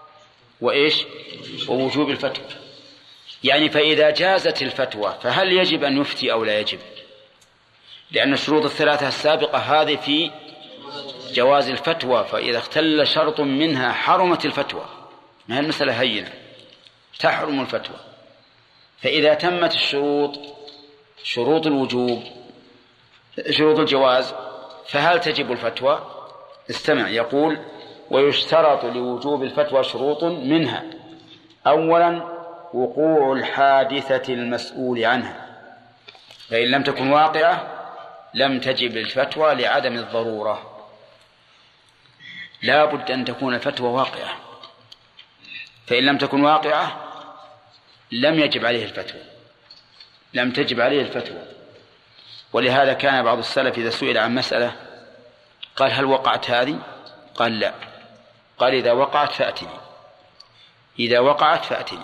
ووجوب الفتوى. يعني فإذا جازت الفتوى فهل يجب أن يفتي أو لا يجب؟ لأن الشروط الثلاثة السابقة هذه في جواز الفتوى، فإذا اختل شرط منها حرمت الفتوى. ما هي المسألة هينة، تحرم الفتوى. فإذا تمت شروط الوجوب شروط الجواز فهل تجب الفتوى؟ استمع، يقول: ويشترط لوجوب الفتوى شروط، منها: أولا وقوع الحادثة المسؤول عنها، فإن لم تكن واقعة لم تجب الفتوى لعدم الضرورة. لا بد أن تكون الفتوى واقعة، فإن لم تكن واقعة لم يجب عليه الفتوى، لم تجب عليه الفتوى. ولهذا كان بعض السلف إذا سئل عن مسألة قال: هل وقعت هذه؟ قال: لا. قال: إذا وقعت فأتني، إذا وقعت فأتني.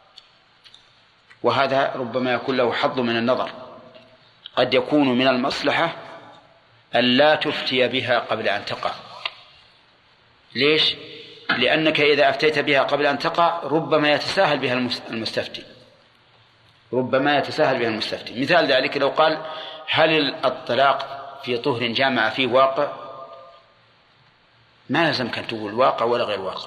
وهذا ربما يكون له حظ من النظر، قد يكون من المصلحة أن لا تفتي بها قبل أن تقع. ليش؟ لأنك إذا أفتيت بها قبل أن تقع ربما يتساهل بها المستفتي، ربما يتساهل بها المستفتي. مثال ذلك لو قال: هل الطلاق في طهر جامع فيه واقع؟ ما لازم كان تقول واقع ولا غير واقع.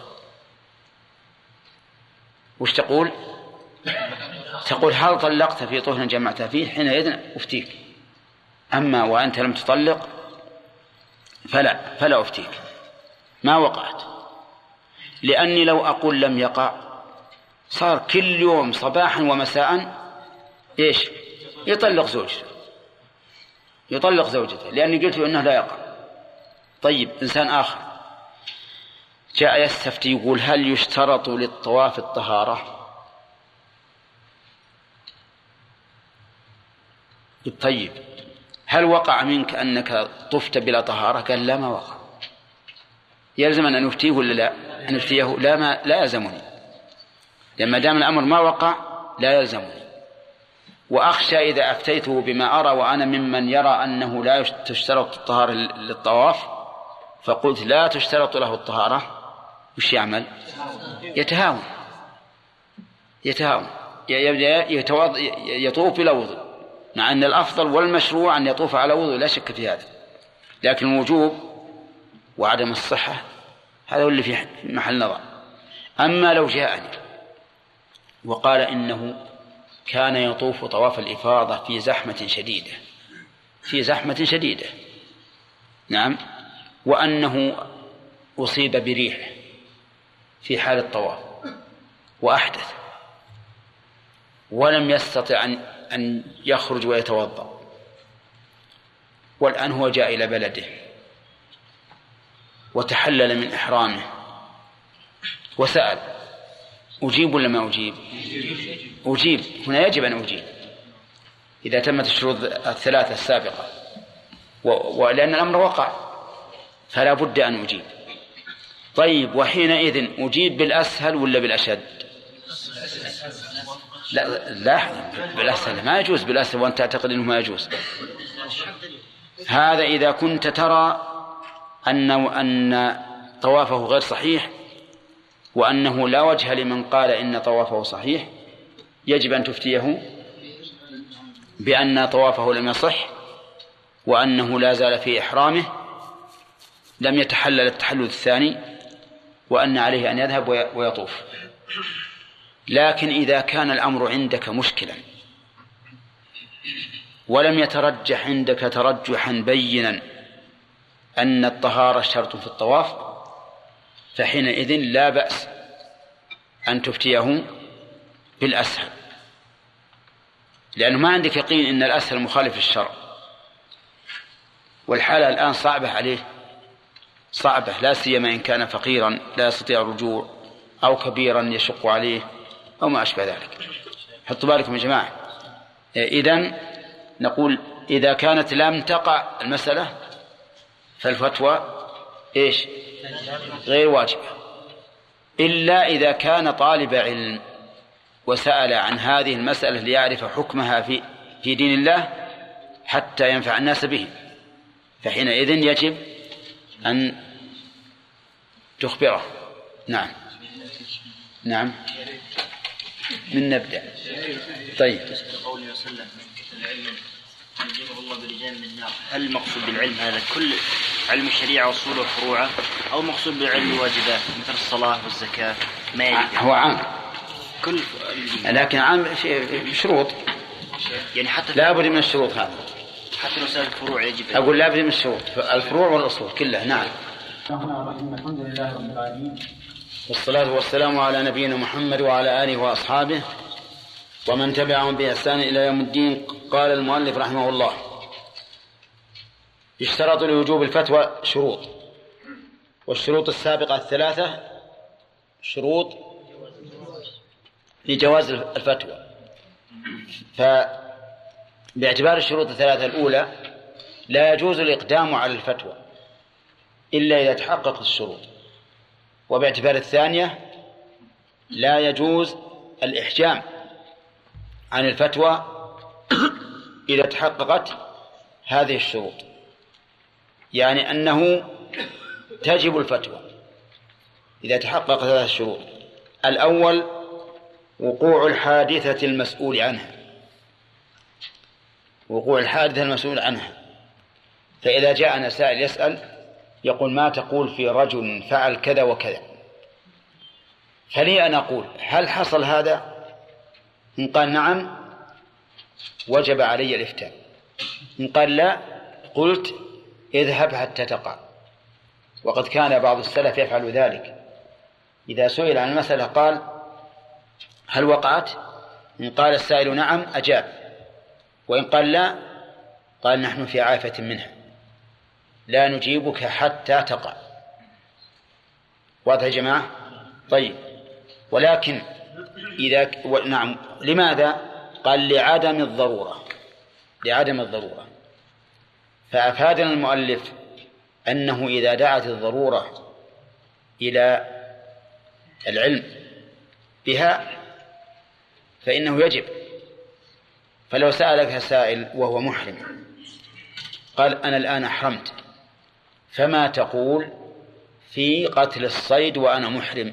وش تقول؟ تقول: هل طلقت في طهر جمعت فيه؟ حينئذ أفتيك. أما وأنت لم تطلق فلا أفتيك، ما وقعت. لأني لو أقول لم يقع صار كل يوم صباحا ومساء إيش؟ يطلق زوجته، لأني قلت له إنه لا يقع. طيب، إنسان آخر جاء يستفتي يقول: هل يشترط للطواف الطهارة؟ طيب، هل وقع منك أنك طفت بلا طهارة؟ قال: لا، ما وقع. يلزم أن نفتيه ولا لا؟ أن نفتيه؟ لا يلزمني، لما دام الأمر ما وقع لا يلزمني. وأخشى إذا أفتيته بما أرى وأنا ممن يرى أنه لا تشترط الطهارة للطواف فقلت لا تشترط له الطهارة، وش يعمل؟ يتهاون، يطوف بلا وضوء، مع أن الأفضل والمشروع أن يطوف على وضوء، لا شك في هذا. لكن الوجوب وعدم الصحة هذا هو اللي في محل نظر. أما لو جاءني وقال إنه كان يطوف طواف الإفاضة في زحمة شديدة، نعم، وأنه أصيب بريح في حال الطواف وأحدث ولم يستطع أن يخرج ويتوضأ، والآن هو جاء إلى بلده وتحلل من إحرامه وسأل: أجيب ولا ما أجيب؟ أجيب. هنا يجب أن أجيب إذا تمت الشروط الثلاثة السابقة، ولأن الأمر وقع فلا بد أن أجيب. طيب، وحينئذ أجيب بالأسهل ولا بالأشد؟ لا، بالأسهل. ما يجوز بالأسهل وأنت تعتقد أنه ما يجوز. هذا إذا كنت ترى أن طوافه غير صحيح وأنه لا وجه لمن قال إن طوافه صحيح، يجب أن تفتيه بأن طوافه لم يصح وأنه لا زال في إحرامه، لم يتحلل التحلل الثاني، وأن عليه أن يذهب ويطوف. لكن إذا كان الأمر عندك مشكلا ولم يترجح عندك ترجحا بينا أن الطهارة شرط في الطواف، فحينئذ لا بأس أن تفتيه بالأسهل، لأنه ما عندك يقين أن الأسهل مخالف للشرع، والحالة الآن صعبة عليه، صعبة، لا سيما إن كان فقيرا لا يستطيع الرجوع أو كبيرا يشق عليه أو ما أشبه ذلك. حطوا بالكم يا جماعة. إذن نقول إذا كانت لم تقع المسألة فالفتوى إيش؟ غير واجبة، إلا إذا كان طالب علم وسأل عن هذه المسألة ليعرف حكمها في دين الله حتى ينفع الناس به، فحينئذ يجب أن تخبره. نعم من نبدأ. طيب، قوله وسلم العلم يجيبه الله برجال من النار، هل المقصود بالعلم هذا كل علم الشريعة وأصوله وفروعه، أو مقصود بالعلم الواجبات مثل الصلاة والزكاة؟ ما يجب هو عام، كل لكن عام شروط يعني حتى لا بد من الشروط هذا. حتى لو سأل الفروع يجب أقول لا بد من الشروط الفروع والأصول كلها. نعم. الحمد لله رب العالمين والصلاة والسلام على نبينا محمد وعلى آله وأصحابه ومن تبعهم بإحسان إلى يوم الدين. قال المؤلف رحمه الله: يشترط لوجوب الفتوى شروط، والشروط السابقة الثلاثة شروط لجواز الفتوى. فباعتبار الشروط الثلاثة الأولى لا يجوز الإقدام على الفتوى إلا إذا تحققت الشروط، وباعتبار الثانية لا يجوز الإحجام عن الفتوى إذا تحققت هذه الشروط، يعني أنه تجب الفتوى إذا تحققت هذه الشروط. الأول وقوع الحادثة المسؤول عنها، وقوع الحادثة المسؤول عنها. فإذا جاءنا سائل يسأل يقول: ما تقول في رجل فعل كذا وكذا؟ فلي أن أقول: هل حصل هذا؟ إن قال نعم وجب علي الإفتاء، إن قال لا قلت اذهب حتى تقع. وقد كان بعض السلف يفعل ذلك، إذا سئل عن المسألة قال: هل وقعت؟ إن قال السائل نعم أجاب، وإن قال لا قال: نحن في عافية منها لا نجيبك حتى تقع. واضح يا جماعة؟ طيب. ولكن نعم، لماذا؟ قال: لعدم الضرورة، لعدم الضرورة. فأفادنا المؤلف أنه إذا دعت الضرورة إلى العلم بها فإنه يجب. فلو سألك سائل وهو محرم قال: أنا الآن أحرمت، فما تقول في قتل الصيد وأنا محرم؟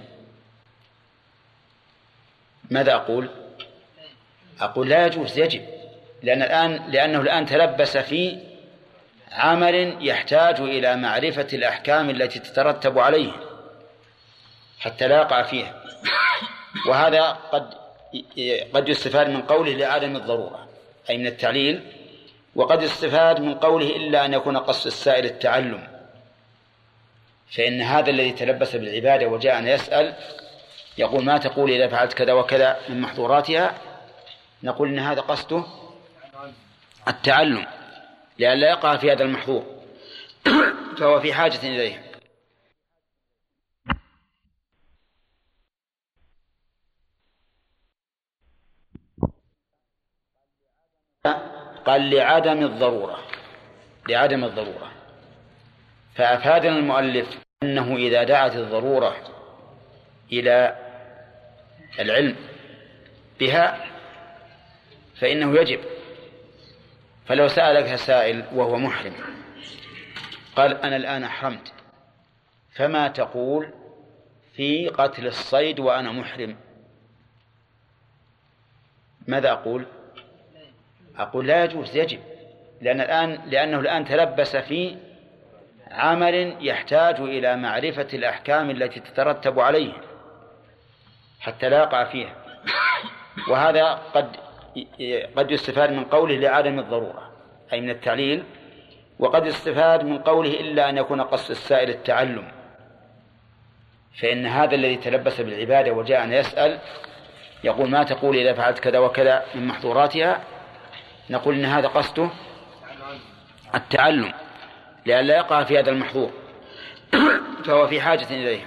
ماذا أقول؟ أقول لا يجوز، يجب، لأنه الآن تلبس في عمل يحتاج إلى معرفة الأحكام التي تترتب عليه حتى لا يقع فيها. وهذا قد يستفاد من قوله لعدم الضرورة أي من التعليل، وقد يستفاد من قوله إلا أن يكون قصد السائل التعلم. فإن هذا الذي تلبس بالعبادة وجاءنا يسأل يقول: ما تقول إذا فعلت كذا وكذا من محظوراتها؟ نقول إن هذا قصده التعلم لئلا يقع في هذا المحظور، فهو في حاجة إليه. قال: لعدم الضرورة، لعدم الضرورة. فأفادنا المؤلف أنه إذا دعت الضرورة إلى العلم بها فإنه يجب. فلو سألك سائل وهو محرم قال: أنا الآن أحرمت، فما تقول في قتل الصيد وأنا محرم؟ ماذا أقول؟ أقول لا يجوز، يجب، لأنه الآن تلبس في عمل يحتاج إلى معرفة الأحكام التي تترتب عليه حتى لا يقع فيها. وهذا قد يستفاد من قوله لعدم الضرورة أي من التعليل، وقد يستفاد من قوله إلا أن يكون قصد السائل التعلم. فإن هذا الذي تلبس بالعبادة وجاءنا يسأل يقول: ما تقول إذا فعلت كذا وكذا من محظوراتها؟ نقول إن هذا قصده التعلم لئلا يقع في هذا المحظور، فهو في حاجة إليه.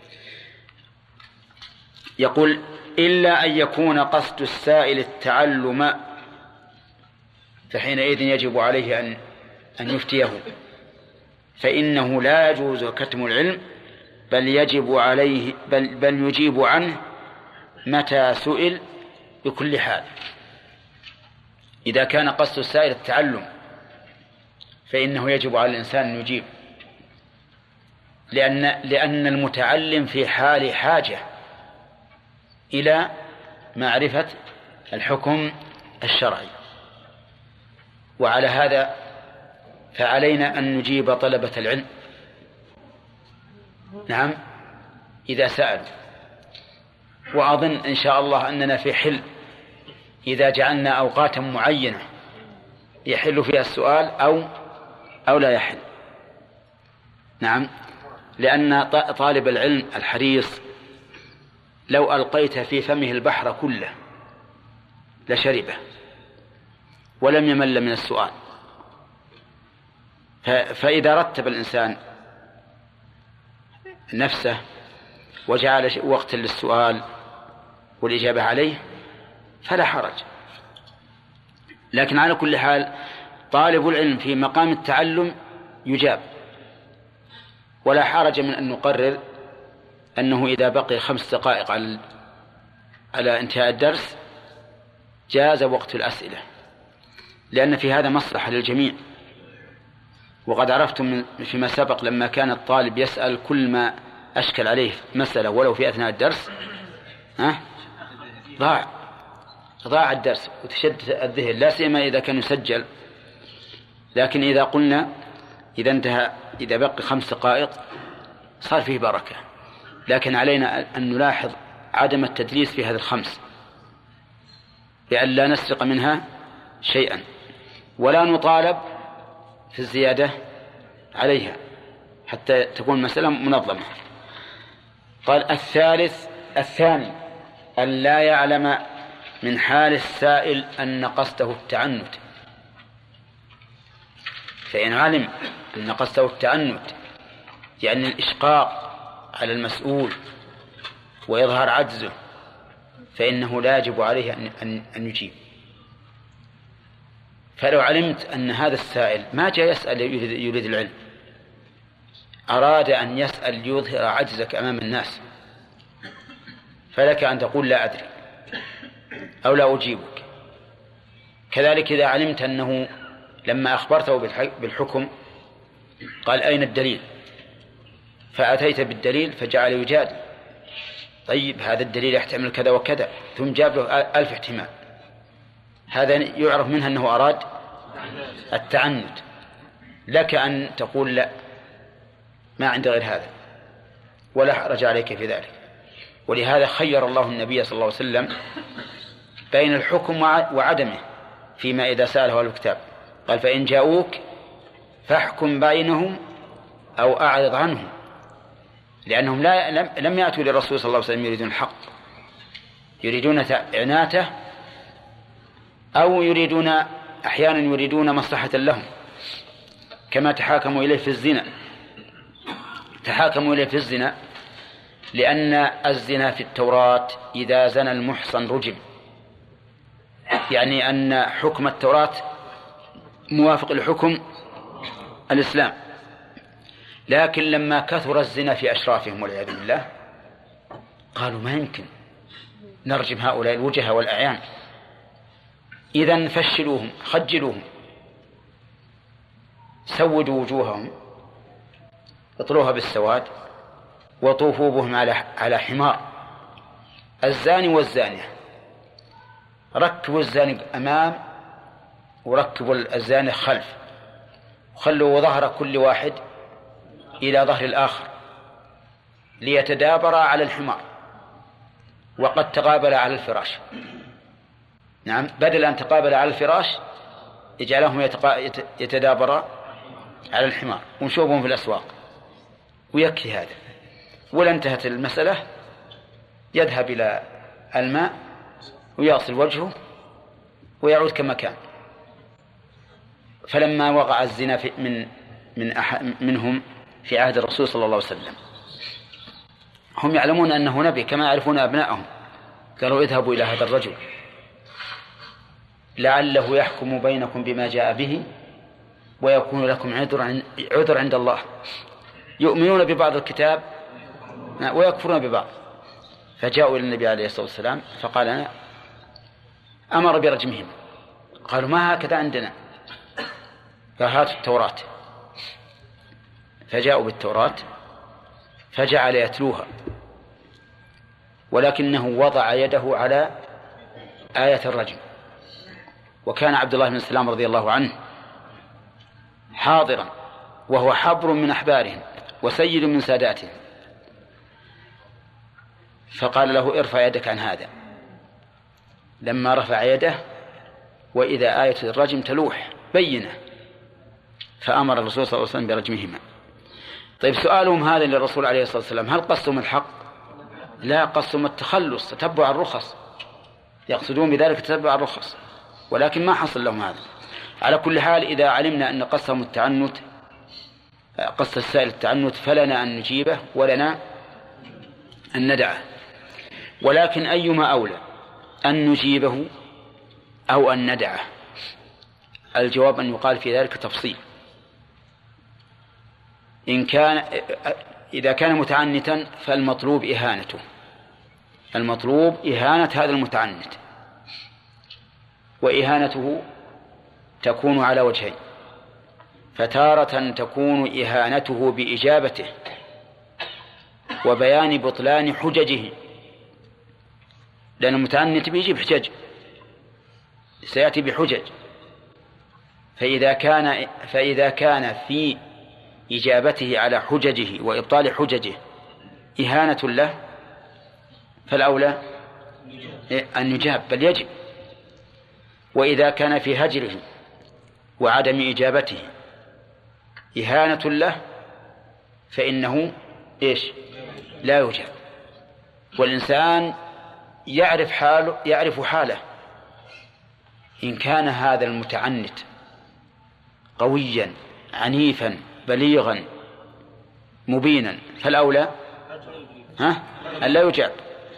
يقول: إلا أن يكون قصد السائل التعلم، فحينئذ يجب عليه أن يفتيه، فإنه لا يجوز كتم العلم، بل يجب عليه بل يجيب عنه متى سئل بكل حال. إذا كان قصد السائل التعلم فإنه يجب على الإنسان أن يجيب، لأن المتعلم في حال حاجة إلى معرفة الحكم الشرعي. وعلى هذا فعلينا أن نجيب طلبة العلم، نعم، إذا سألوا. وأظن إن شاء الله أننا في حل إذا جعلنا أوقاتا معينة يحل فيها السؤال أو لا يحل. نعم، لأن طالب العلم الحريص لو ألقيت في فمه البحر كله لشربه ولم يمل من السؤال. فإذا رتب الإنسان نفسه وجعل وقتا للسؤال والإجابة عليه فلا حرج. لكن على كل حال طالب العلم في مقام التعلم يجاب، ولا حرج من أن نقرر أنه إذا بقي 5 دقائق على انتهاء الدرس جاز وقت الأسئلة، لأن في هذا مصلحة للجميع. وقد عرفتم فيما سبق لما كان الطالب يسأل كل ما أشكل عليه مسألة ولو في أثناء الدرس ضاع الدرس وتشتت الذهن، لا سيما إذا كان يسجل. لكن إذا قلنا إذا بقي 5 دقائق صار فيه بركة. لكن علينا أن نلاحظ عدم التدليس في هذه 5 لأن لا نسرق منها شيئا ولا نطالب في الزيادة عليها حتى تكون المسألة منظمة. قال الثاني أن لا يعلم من حال السائل أن قصده التعنت. فإن علم أن قصده التعنت يعني الإشقاق على المسؤول ويظهر عجزه فإنه لا يجب عليه أن يجيب. فلو علمت أن هذا السائل ما جاء يسأل يريد العلم، أراد أن يسأل ليظهر عجزك أمام الناس، فلك أن تقول لا أدري أو لا أجيبك. كذلك إذا علمت أنه لما أخبرته بالحكم قال أين الدليل، فأتيت بالدليل فجعل يجادل، طيب هذا الدليل يحتمل كذا وكذا، ثم جاب له 1000 احتمال، هذا يعرف منها أنه أراد التعنت. لك أن تقول لا ما عند غير هذا ولا حرج عليك في ذلك. ولهذا خير الله النبي صلى الله عليه وسلم بين الحكم وعدمه فيما إذا سأله الكتاب، قال فإن جاءوك فاحكم بينهم أو أعرض عنهم، لأنهم لم يأتوا للرسول صلى الله عليه وسلم يريدون الحق، يريدون إعناته أو أحيانا يريدون مصلحة لهم، كما تحاكموا إليه في الزنا. تحاكموا إليه في الزنا لأن الزنا في التوراة إذا زنى المحصن رجم، يعني أن حكم التوراة موافق لحكم الإسلام. لكن لما كثر الزنا في أشرافهم والعياذ بالله قالوا ما يمكن نرجم هؤلاء الوجهاء والأعيان، إذن فشلوهم خجلوهم، سودوا وجوههم، اطلوها بالسواد وطوفوا بهم على حمار. الزاني والزانية ركبوا الزاني أمام وركبوا الزاني خلف، وخلوا ظهر كل واحد إلى ظهر الآخر ليتدابر على الحمار، وقد تقابل على الفراش. نعم، بدل أن تقابل على الفراش يجعلهم يتدابر على الحمار ونشوفهم في الأسواق، ويكفي هذا. ولا انتهت المسألة يذهب إلى الماء ويغسل وجهه ويعود كما كان. فلما وقع الزنا منهم في عهد الرسول صلى الله عليه وسلم هم يعلمون أنه نبي كما يعرفون أبنائهم، قالوا اذهبوا إلى هذا الرجل لعله يحكم بينكم بما جاء به ويكون لكم عذر عند الله. يؤمنون ببعض الكتاب ويكفرون ببعض. فجاءوا إلى النبي عليه الصلاة والسلام فقال أنا أمر برجمهم. قالوا ما هكذا عندنا، فهاتوا التوراة. فجاءوا بالتوراة فجعل يتلوها، ولكنه وضع يده على آية الرجم. وكان عبد الله بن سلام رضي الله عنه حاضرا وهو حبر من أحبارهم وسيد من ساداتهم، فقال له ارفع يدك عن هذا. لما رفع يده وإذا آية الرجم تلوح بينة، فأمر الرسول صلى الله عليه وسلم برجمهما. طيب سؤالهم هذا للرسول عليه الصلاة والسلام هل قصدهم الحق؟ لا، قصدهم التخلص، تتبع الرخص، يقصدون بذلك تتبع الرخص، ولكن ما حصل لهم هذا. على كل حال إذا علمنا أن قصدهم التعنت، قصد السائل التعنت، فلنا أن نجيبه ولنا أن ندعه. ولكن أيما أولى أن نجيبه أو أن ندعه؟ الجواب أن يقال في ذلك تفصيل. إذا كان متعنتا فالمطلوب إهانته، المطلوب إهانة هذا المتعنت، وإهانته تكون على وجهين، فتارة تكون إهانته بإجابته وبيان بطلان حججه، لأن المتعنت بيجيب حجج، سيأتي بحجج، فإذا كان في إجابته على حججه وإبطال حججه إهانة له فالأولى أن يجاب، بل يجب. وإذا كان في هجره وعدم إجابته إهانة له فإنه لا يجاب. والإنسان يعرف حاله، إن كان هذا المتعنت قويا عنيفا بليغا مبينا فالأولى أن لا يجاب،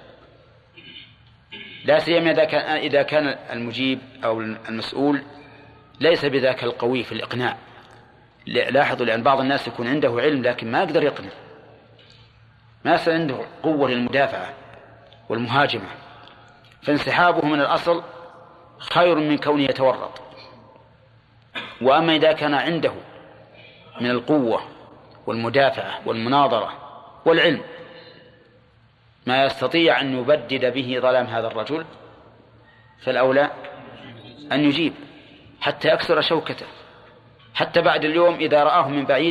لا سيما إذا كان المجيب أو المسؤول ليس بذاك القوي في الإقناع. لاحظوا، لأن بعض الناس يكون عنده علم لكن ما يقدر يقنع، ما يصل عنده قوة للمدافعة والمهاجمة، فانسحابه من الأصل خير من كونه يتورط. وأما إذا كان عنده من القوة والمدافعة والمناظرة والعلم ما يستطيع أن يبدد به ظلام هذا الرجل فالأولى أن يجيب حتى يكسر شوكته، حتى بعد اليوم إذا رآه من بعيد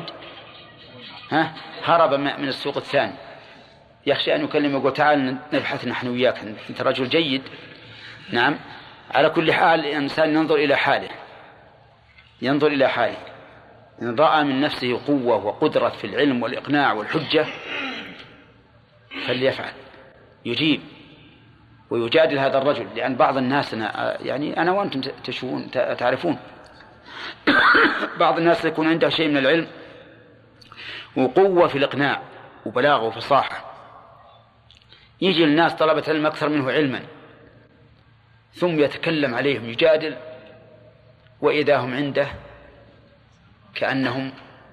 هرب من السوق الثاني، يخشى أن يكلمه يقول تعال نبحث نحن وياك، أنت رجل جيد. نعم، على كل حال الإنسان ينظر إلى حاله، إن رأى من نفسه قوة وقدرة في العلم والإقناع والحجة فليفعل، يجيب ويجادل هذا الرجل. لأن بعض الناس أنا وأنتم تعرفون بعض الناس يكون عنده شيء من العلم وقوة في الإقناع وبلاغة وفصاحة، يجي الناس طلبة علم أكثر منه علما ثم يتكلم عليهم يجادل، وإذا هم عنده كأنهم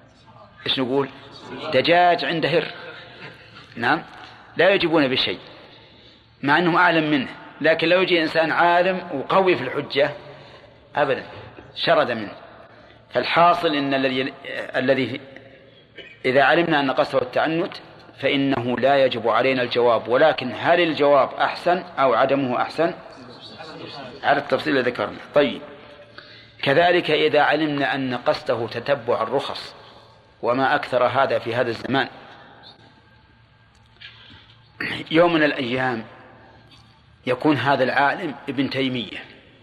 دجاج عند هر. نعم، لا يجيبون بشيء مع أنهم أعلم منه، لكن لو يجي إنسان عالم وقوي في الحجة أبدا شرد منه. فالحاصل إن الذي إذا علمنا أن قصده التعنت فإنه لا يجب علينا الجواب، ولكن هل الجواب أحسن أو عدمه أحسن على التفصيل الذي ذكرنا. طيب، كذلك إذا علمنا أن قصده تتبع الرخص، وما أكثر هذا في هذا الزمان. يوم من الأيام يكون هذا العالم ابن تيمية،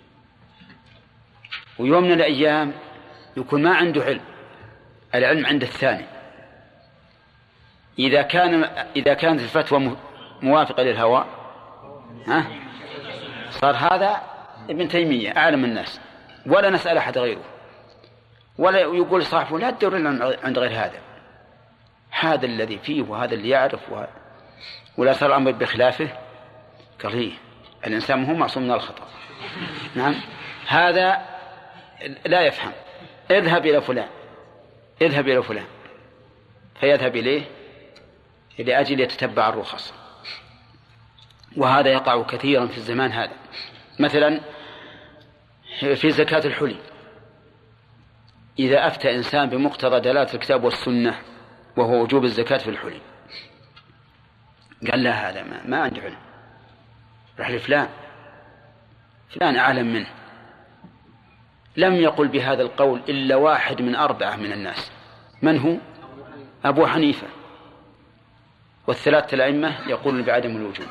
ويوم من الأيام يكون ما عنده علم، العلم عند الثاني. إذا كانت الفتوى موافقة للهوى صار هذا ابن تيمية أعلم الناس، ولا نسأل أحد غيره، ولا يقول صاحبه لا تدور عند غير هذا الذي فيه وهذا اللي يعرف ولا صار الأمر بخلافه. قال الإنسان هو معصوم من الخطأ. نعم، هذا لا يفهم. اذهب إلى فلان فيذهب إليه لأجل يتتبع الرخص. وهذا يقع كثيرا في الزمان هذا. مثلا في زكاة الحلي، إذا أفتى إنسان بمقتضى دلالة الكتاب والسنة وهو وجوب الزكاة في الحلي، قال لا هذا ما عنده علم، راح لفلان أعلم منه. لم يقل بهذا القول إلا 1 من 4 من الناس. من هو؟ أبو حنيفة. والثلاثة الأئمة يقولون بعدم الوجوب.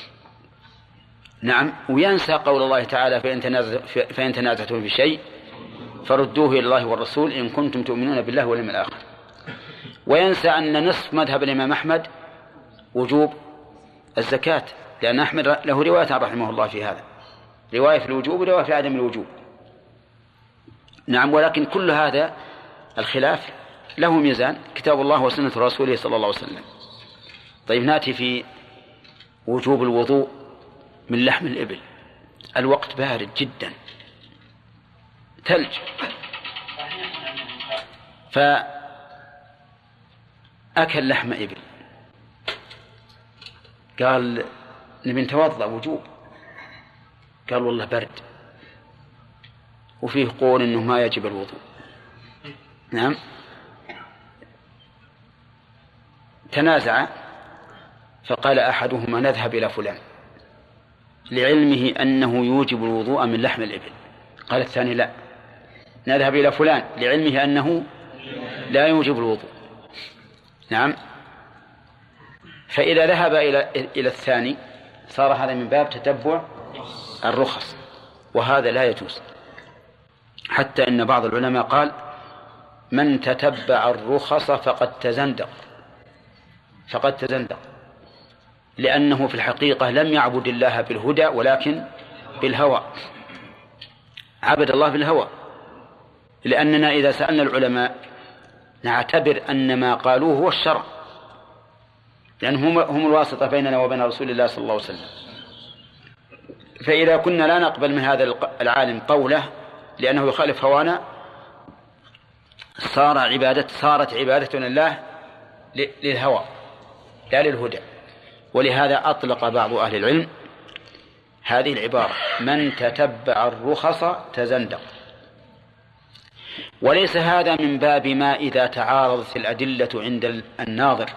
نعم. وينسى قول الله تعالى فإن تنازعتم في شيء فردوه إلى الله والرسول إن كنتم تؤمنون بالله واليوم الآخر. وينسى أن نصف مذهب الإمام أحمد وجوب الزكاة، لأن أحمد له رواية رحمه الله في هذا، رواية في الوجوب ورواية في عدم الوجوب. نعم. ولكن كل هذا الخلاف له ميزان، كتاب الله وسنة رسوله صلى الله عليه وسلم. طيب نأتي في وجوب الوضوء من لحم الإبل. الوقت بارد جدا، ثلج، فأكل لحم إبل، قال نبي نتوضأ وجوب، قال والله برد، وفيه قول إنه ما يجب الوضوء. نعم. تنازع، فقال أحدهما نذهب إلى فلان لعلمه أنه يوجب الوضوء من لحم الإبل، قال الثاني لا، نذهب إلى فلان لعلمه أنه لا يوجب الوضوء. نعم. فإذا ذهب إلى الثاني صار هذا من باب تتبع الرخص، وهذا لا يجوز. حتى إن بعض العلماء قال من تتبع الرخص فقد تزندق، لأنه في الحقيقة لم يعبد الله بالهدى ولكن بالهوى، عبد الله بالهوى. لأننا إذا سألنا العلماء نعتبر أن ما قالوه هو الشرع، لأنهم هم الواسطة بيننا وبين رسول الله صلى الله عليه وسلم. فإذا كنا لا نقبل من هذا العالم قوله لأنه يخالف هوانا، صارت عبادتنا لله للهوى لا للهدى. ولهذا أطلق بعض أهل العلم هذه العبارة من تتبع الرخص تزندق. وليس هذا من باب ما إذا تعارضت الأدلة عند الناظر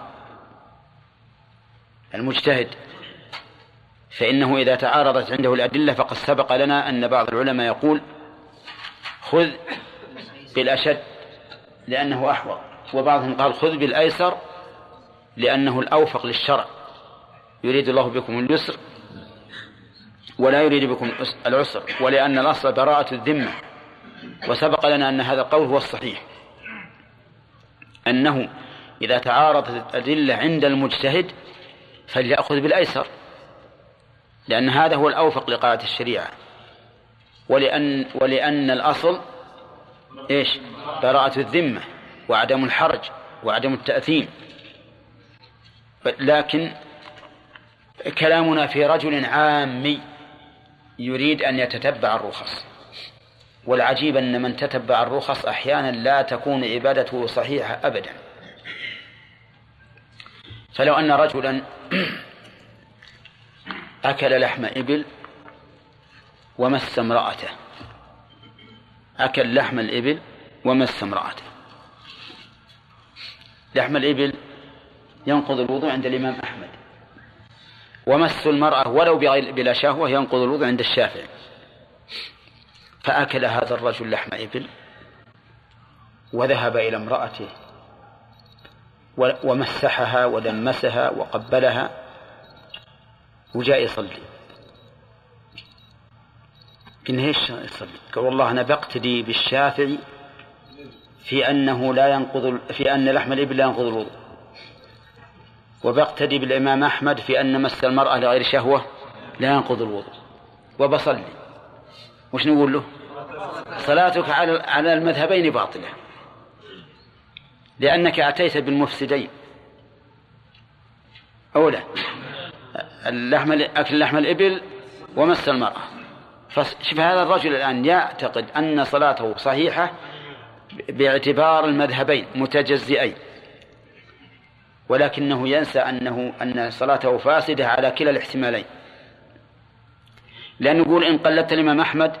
المجتهد، فإنه إذا تعارضت عنده الأدلة فقد سبق لنا أن بعض العلماء يقول خذ بالأشد لأنه أحوط، وبعضهم قال خذ بالأيسر لأنه الأوفق للشرع، يريد الله بكم اليسر ولا يريد بكم العسر، ولأن الأصل براءة الذمة. وسبق لنا أن هذا القول هو الصحيح، أنه إذا تعارضت الأدلة عند المجتهد فليأخذ بالأيسر، لأن هذا هو الأوفق لقاعدة الشريعة، ولأن الأصل إيش؟ براءة الذمة وعدم الحرج وعدم التأثيم. لكن كلامنا في رجل عامي يريد أن يتتبع الرخص، والعجيب أن من تتبع الرخص أحيانا لا تكون عبادته صحيحة أبدا. فلو أن رجلا أكل لحم إبل ومس امرأته، أكل لحم الإبل ومس امرأته. لحم الإبل ينقض الوضوء عند الإمام أحمد، ومس المرأة ولو بلا شهوة ينقض الوضوء عند الشافعي. فأكل هذا الرجل لحم إبل وذهب إلى امرأته ومسحها ودمسها وقبلها وجاء يصلي. قلنا ايش يصلي؟ قال والله أنا بقتدي بالشافعي في أنه في أن لحم الإبل لا ينقض الوضوء، وبقتدي بالإمام أحمد في أن مس المرأة لغير شهوة لا ينقض الوضوء، وبصلي. وش نقول له؟ صلاتك على المذهبين باطلة، لأنك أتيت بالمفسدين. أولا أكل لحم الإبل ومس المرأة. فشوف هذا الرجل الآن يعتقد أن صلاته صحيحة باعتبار المذهبين متجزئين، ولكنه ينسى أن صلاته فاسدة على كلا الاحتمالين. لأنه يقول إن قلدت الإمام أحمد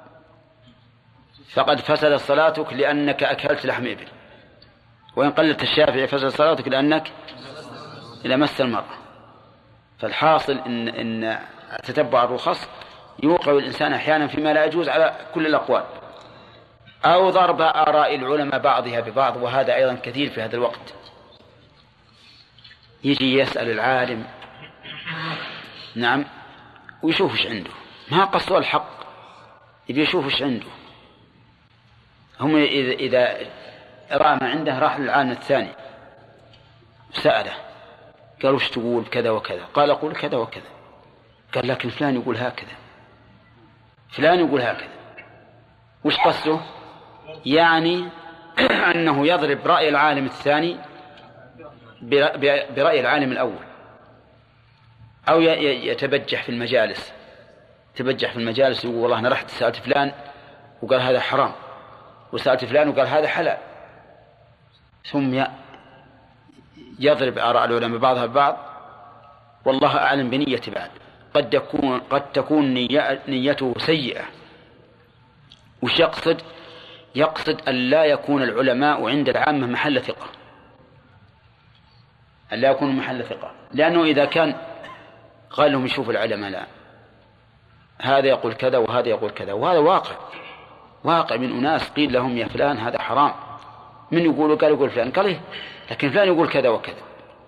فقد فسدت صلاتك لأنك أكلت لحم إبل، وإن قلدت الشافعي فسدت صلاتك لأنك لمست المرأة. فالحاصل إن تتبع الرخص يوقع الإنسان أحيانا فيما لا يجوز على كل الأقوال، أو ضرب آراء العلماء بعضها ببعض، وهذا أيضا كثير في هذا الوقت. يجي يسأل العالم نعم ويشوف ايش عنده، ما قصده الحق، يبي يشوف ايش عنده. هم إذا رأى ما عنده راح للعالم الثاني سأله قال وش تقول كذا وكذا، قال أقول كذا وكذا، قال لكن فلان يقول هكذا، فلان يقول هكذا. وش قصده؟ يعني أنه يضرب رأي العالم الثاني برأي العالم الأول، أو يتبجح في المجالس، تبجح في المجالس يقول والله أنا رحت سألت فلان وقال هذا حرام، وسألت فلان وقال هذا حلال، ثم يضرب آراء العلماء بعضها ببعض. والله أعلم بنية بعد، قد تكون نيته سيئة. وش يقصد؟ يقصد أن لا يكون العلماء عند العامة محل ثقة، أن لا يكون محل ثقة، لأنه إذا كان قال لهم يشوف العلماء لا، هذا يقول كذا وهذا يقول كذا، وهذا واقع من أناس قيل لهم يا فلان هذا حرام، من يقولوا؟ قال يقول فلان، قال إيه لكن فلان يقول كذا وكذا،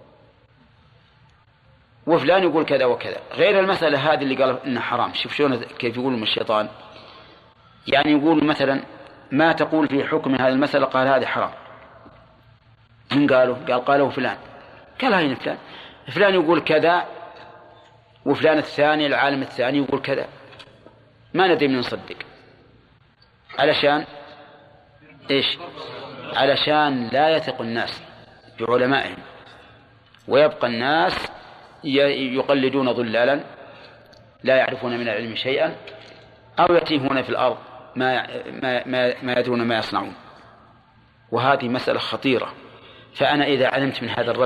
وفلان يقول كذا وكذا، غير المسألة هذه اللي قال إنها حرام. شوف شلون كيف يقول من الشيطان، يعني يقول مثلا ما تقول في حكم هذه المسألة، قال هذه حرام، من قاله؟ قاله فلان، قال هين فلان يقول كذا، وفلان الثاني العالم الثاني يقول كذا، ما ندري من نصدق. علشان إيش؟ علشان لا يثق الناس بعلمائهم، ويبقى الناس يقلدون ضلالا لا يعرفون من العلم شيئا، أو يتيهون في الأرض ما يدرون ما يصنعون. وهذه مسألة خطيرة. فأنا إذا علمت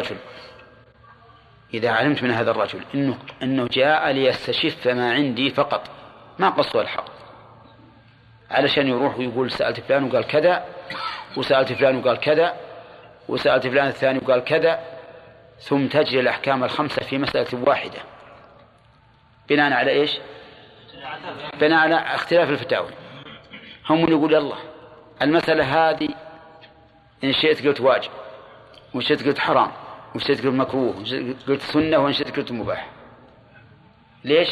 من هذا الرجل إنه جاء ليستشف ما عندي فقط، ما قصده الحق، علشان يروح ويقول سألت فلان وقال كذا، وسألت فلان وقال كذا، وسألت فلان الثاني وقال كذا، ثم تجري الأحكام الخمسة في مسألة واحدة بناء على إيش؟ بناء على اختلاف الفتاوى. هم يقول يلا المسألة هذه إن شئت قلت واجب، وإن شئت قلت حرام، وإن شئت قلت مكروه، وإن شئت قلت سنة، وإن شئت قلت مباح. ليش؟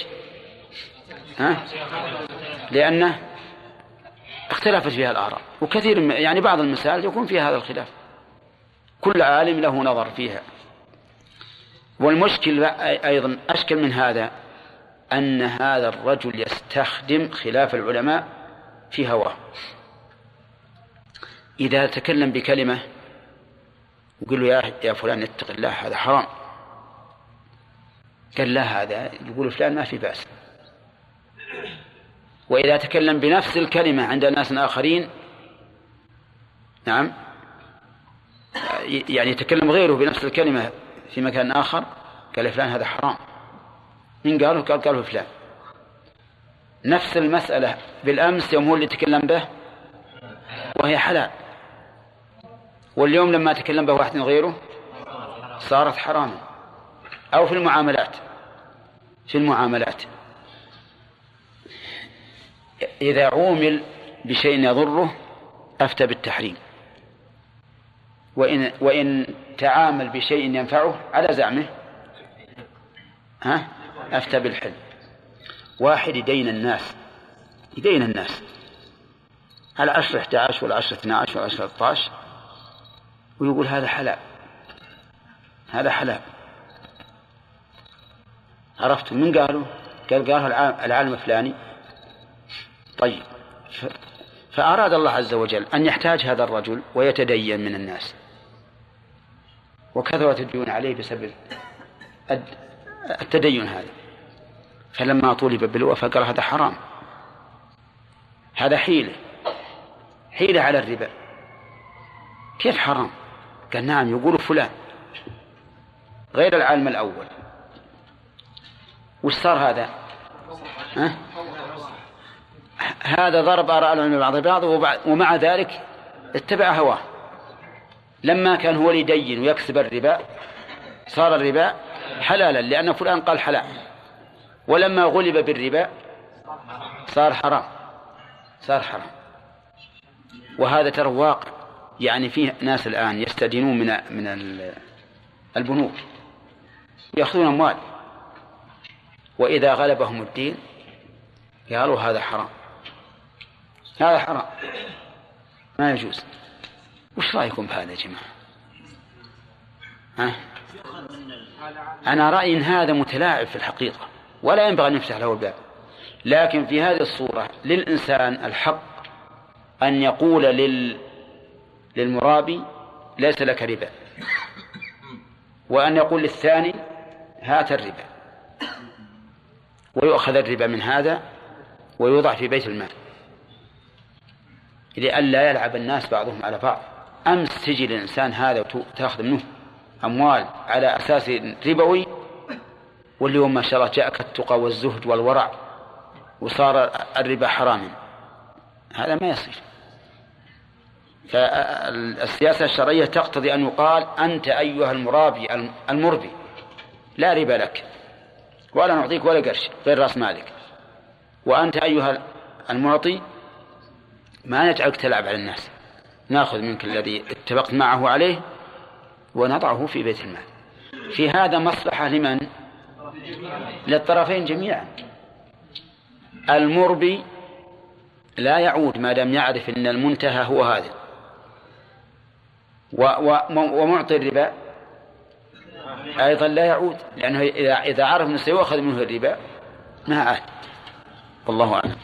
لأنه اختلفت فيها الآراء، وكثير يعني بعض المسائل يكون فيها هذا الخلاف، كل عالم له نظر فيها. والمشكل أيضا أشكل من هذا أن هذا الرجل يستخدم خلاف العلماء في هواه. إذا تكلم بكلمة يقول له يا فلان اتق الله هذا حرام، قال لا هذا يقول فلان ما في بأس. وإذا تكلم بنفس الكلمة عند ناس آخرين، نعم يعني يتكلم غيره بنفس الكلمة في مكان آخر، قال فلان هذا حرام، من قاله؟ قاله فلان. نفس المسألة بالأمس يوم هو اللي تكلم به وهي حلال، واليوم لما تكلم به واحد غيره صارت حراما. أو في المعاملات إذا عومل بشيء يضره أفتى بالتحريم، وإن تعامل بشيء ينفعه على زعمه أفتى بالحل. واحد يدين الناس على 10 11 ولا 10 12 ولا 10 13 ويقول هذا حلال. عرفت من قاله؟ قاله العالم الفلاني. طيب، فأراد الله عز وجل أن يحتاج هذا الرجل ويتدين من الناس، وكثرت الديون عليه بسبب التدين هذا، فلما طولب بالوفاء قال هذا حرام، هذا حيلة على الربا. كيف حرام؟ قال نعم يقول فلان غير العالم الأول. وش صار هذا؟ هذا ضرب آراء العلماء بعض البعض، ومع ذلك اتبع هواه. لما كان هو يدين ويكسب الربا صار الربا حلالا لأن فلان قال حلال، ولما غلب بالربا صار حرام. وهذا ترى واقع، يعني فيه ناس الآن يستدينون من البنوك يأخذون أموال، وإذا غلبهم الدين قالوا هذا حرام، هذا حرام ما يجوز. وش رأيكم بهذا يا جماعة؟ أنا رأيي إن هذا متلاعب في الحقيقة ولا ينبغي أن يفتح له الباب، لكن في هذه الصورة للإنسان الحق أن يقول للمرابي ليس لك ربا، وأن يقول للثاني هات الربا، ويؤخذ الربا من هذا ويوضع في بيت المال لئلا يلعب الناس بعضهم على بعض. أمس تجي الإنسان هذا وتأخذ منه أموال على أساس ربوي، واليوم ما شاء الله جاءك التقى والزهد والورع وصار الربا حراما. هذا ما يصير. فالسياسة الشرعية تقتضي أن يقال أنت أيها المرابي المربي لا ربا لك ولا نعطيك ولا قرش غير رأس مالك، وأنت أيها المعطي ما نجعلك تلعب على الناس، نأخذ منك الذي اتفقت معه عليه ونضعه في بيت المال. في هذا مصلحة لمن؟ للطرفين جميعا. المربي لا يعود ما دام يعرف أن المنتهى هو هذا، ومعطي الربا أيضا لا يعود، لأنه إذا عرف أنه سيؤخذ منه الربا ما عاد. والله أعلم.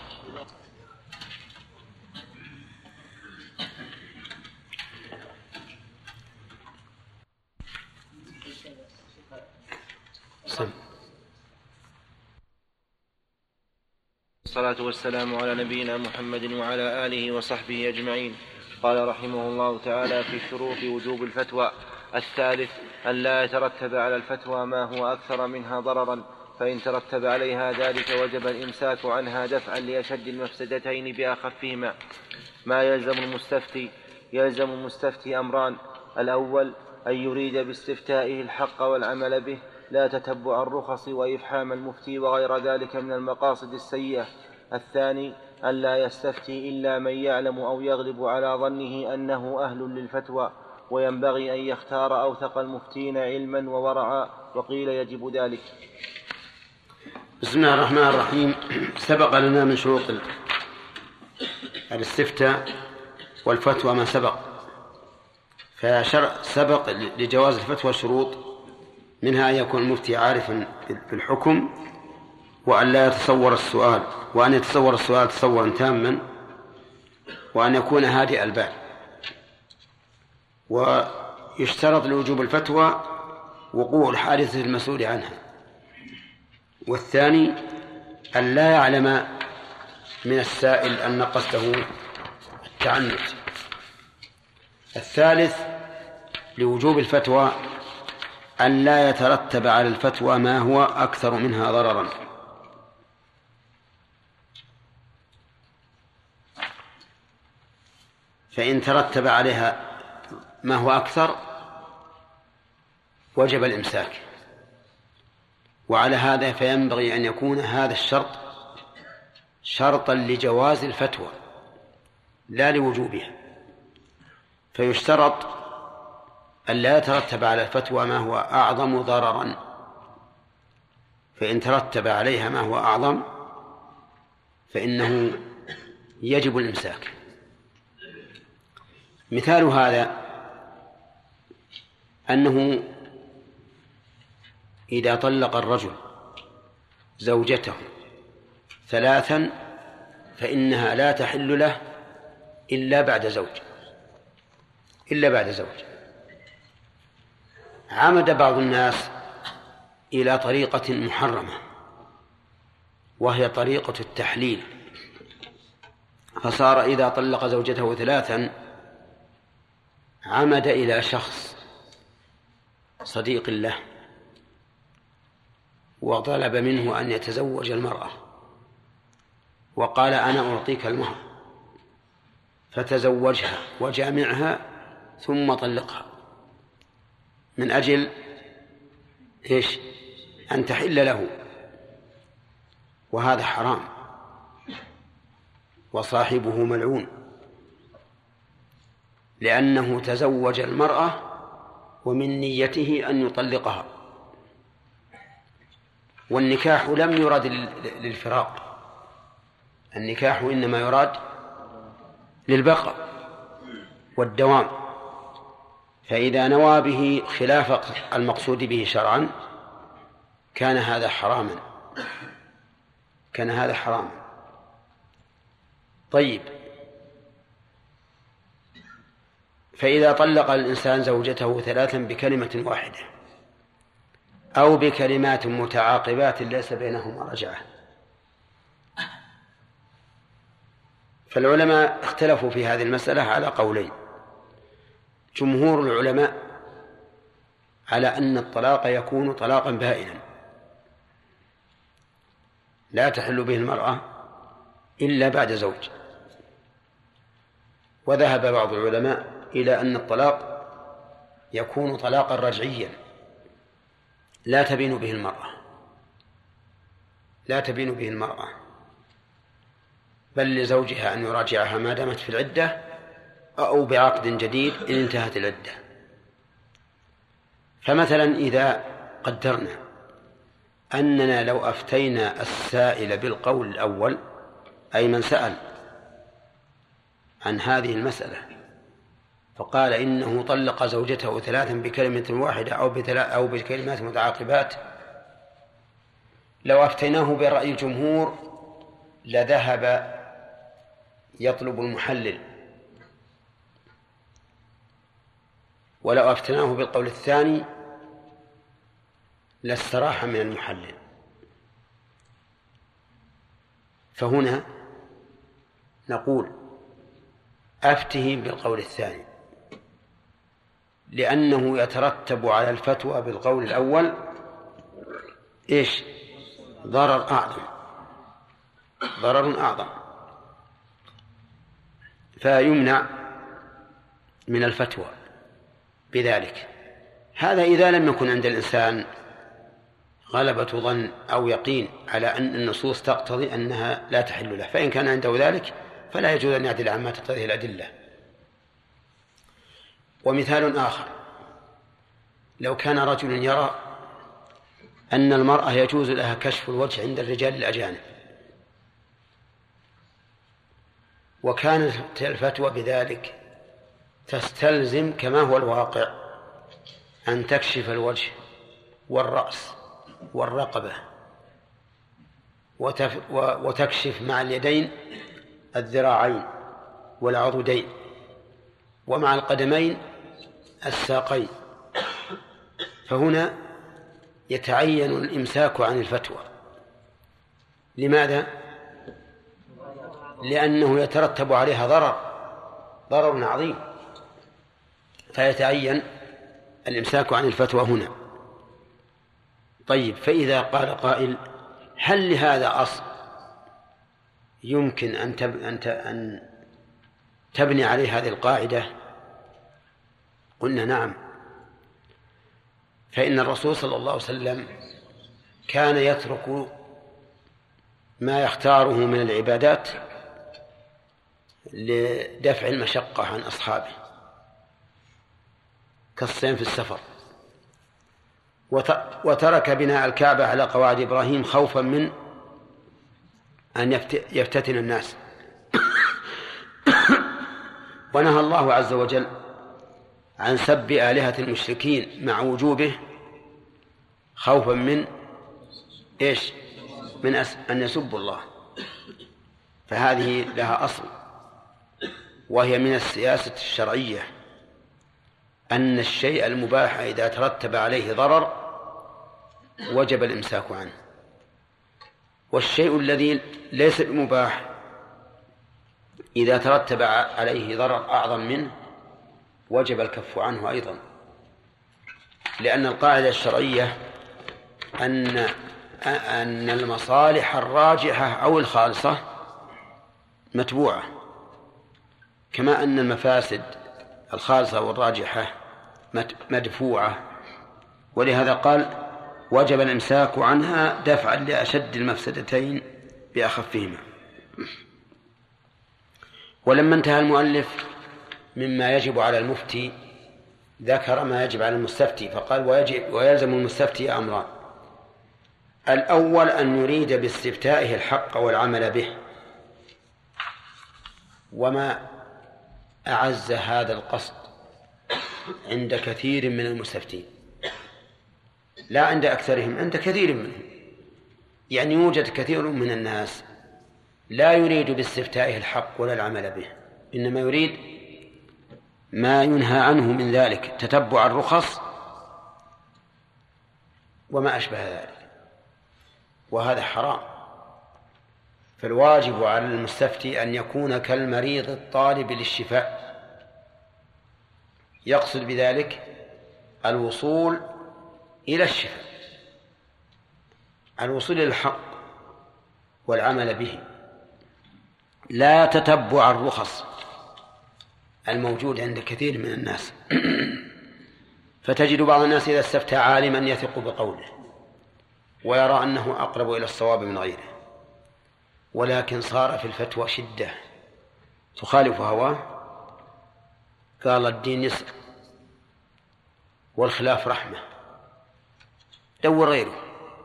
الصلاة والسلام على نبينا محمد وعلى آله وصحبه أجمعين. قال رحمه الله تعالى في شروط وجوب الفتوى: الثالث أن لا يترتب على الفتوى ما هو أكثر منها ضررا، فإن ترتب عليها ذلك وجب الإمساك عنها دفعا لأشد المفسدتين بأخفهما. ما يلزم المستفتي أمران: الأول أن يريد باستفتائه الحق والعمل به، لا تتبع الرخص وإفحام المفتي وغير ذلك من المقاصد السيئة. الثاني أن لا يستفتي إلا من يعلم أو يغلب على ظنه أنه أهل للفتوى، وينبغي أن يختار أوثق المفتين علما وورعا، وقيل يجب ذلك. بسم الله الرحمن الرحيم. سبق لنا من شروط الاستفتاء والفتوى ما سبق، فسبق لجواز الفتوى شروط، منها أن يكون المفتي عارفا بالحكم، وأن لا يتصور السؤال، وأن يتصور السؤال تصورا تاما، وأن يكون هادئ البال. ويشترط لوجوب الفتوى وقوع الحادثة المسؤول عنها. والثاني أن لا يعلم من السائل أن قصده التعنت. الثالث لوجوب الفتوى أن لا يترتب على الفتوى ما هو أكثر منها ضررا. فإن ترتب عليها ما هو أكثر وجب الإمساك. وعلى هذا فينبغي أن يكون هذا الشرط شرطا لجواز الفتوى لا لوجوبها. فيشترط أن لا يترتب على الفتوى ما هو أعظم ضررا، فإن ترتب عليها ما هو أعظم فإنه يجب الإمساك. مثال هذا أنه إذا طلق الرجل زوجته 3 فإنها لا تحل له إلا بعد زوج. عمد بعض الناس إلى طريقة محرمة، وهي طريقة التحليل، فصار إذا طلق زوجته 3 عمد إلى شخص صديق له وطلب منه أن يتزوج المرأة، وقال أنا أعطيك المهر، فتزوجها وجامعها ثم طلقها من أجل أن تحل له. وهذا حرام وصاحبه ملعون، لأنه تزوج المرأة ومن نيته أن يطلقها، والنكاح لم يرد للفراق، النكاح إنما يراد للبقاء والدوام، فإذا نوى به خلاف المقصود به شرعا كان هذا حراما، كان هذا حراما. طيب، فإذا طلق الإنسان زوجته 3 بكلمة واحدة أو بكلمات متعاقبات ليس بينهما رجعة، فالعلماء اختلفوا في هذه المسألة على قولين. جمهور العلماء على أن الطلاق يكون طلاقا بائنا لا تحل به المرأة إلا بعد زوج، وذهب بعض العلماء إلى أن الطلاق يكون طلاقا رجعيا لا تبين به المرأة، لا تبين به المرأة، بل لزوجها أن يراجعها ما دامت في العدة أو بعقد جديد إن انتهت العدة. فمثلا إذا قدرنا أننا لو أفتينا السائل بالقول الأول، أي من سأل عن هذه المسألة فقال إنه طلق زوجته 3 بكلمة واحدة أو بكلمات متعاقبات، لو أفتيناه برأي الجمهور لذهب يطلب المحلل، ولو أفتناه بالقول الثاني لاستراح من المحلل. فهنا نقول أفته بالقول الثاني، لأنه يترتب على الفتوى بالقول الأول إيش؟ ضرر أعظم، ضرر أعظم، فيمنع من الفتوى بذلك. هذا إذا لم يكن عند الإنسان غلبة ظن أو يقين على أن النصوص تقتضي أنها لا تحل له، فإن كان عنده ذلك فلا يجوز أن يعدل عما تقتضيه الأدلة. ومثال آخر، لو كان رجل يرى أن المرأة يجوز لها كشف الوجه عند الرجال الأجانب، وكانت الفتوى بذلك تستلزم كما هو الواقع أن تكشف الوجه والرأس والرقبة وتكشف مع اليدين الذراعين والعضدين ومع القدمين الساقين، فهنا يتعين الإمساك عن الفتوى. لماذا؟ لأنه يترتب عليها ضرر عظيم، فيتعين الإمساك عن الفتوى هنا. طيب، فإذا قال قائل هل لهذا أصل يمكن أن تبني عليه هذه القاعدة؟ قلنا نعم، فإن الرسول صلى الله عليه وسلم كان يترك ما يختاره من العبادات لدفع المشقة عن أصحابه كالصيام في السفر، وترك بناء الكعبة على قواعد إبراهيم خوفا من أن يفتتن الناس. ونهى الله عز وجل عن سب آلهة المشركين مع وجوبه خوفا من إيش؟ من أن يسبوا الله. فهذه لها أصل، وهي من السياسة الشرعية أن الشيء المباح إذا ترتب عليه ضرر وجب الإمساك عنه، والشيء الذي ليس بمباح إذا ترتب عليه ضرر أعظم منه وجب الكف عنه أيضا، لأن القاعدة الشرعية أن المصالح الراجحة أو الخالصة متبوعة، كما أن المفاسد الخالصة والراجحة مدفوعة، ولهذا قال وجب الإمساك عنها دفعا لأشد المفسدتين بأخفهما. ولما انتهى المؤلف مما يجب على المفتي ذكر ما يجب على المستفتي، فقال ويلزم المستفتي أمران: الأول أن يريد باستفتائه الحق والعمل به، وما أعز هذا القصد عند كثير من المستفتين، لا عند أكثرهم، عند كثير منهم. يعني يوجد كثير من الناس لا يريد باستفتائه الحق ولا العمل به، إنما يريد ما ينهى عنه من ذلك، تتبع الرخص وما أشبه ذلك، وهذا حرام. فالواجب على المستفتي أن يكون كالمريض الطالب للشفاء، يقصد بذلك الوصول إلى الشفاء، الوصول إلى الحق والعمل به، لا تتبع الرخص الموجود عند كثير من الناس. فتجد بعض الناس إذا استفتى عالما يثق بقوله ويرى أنه أقرب إلى الصواب من غيره، ولكن صار في الفتوى شدة تخالف هواه. قال الدين يسر والخلاف رحمة، دور غيره،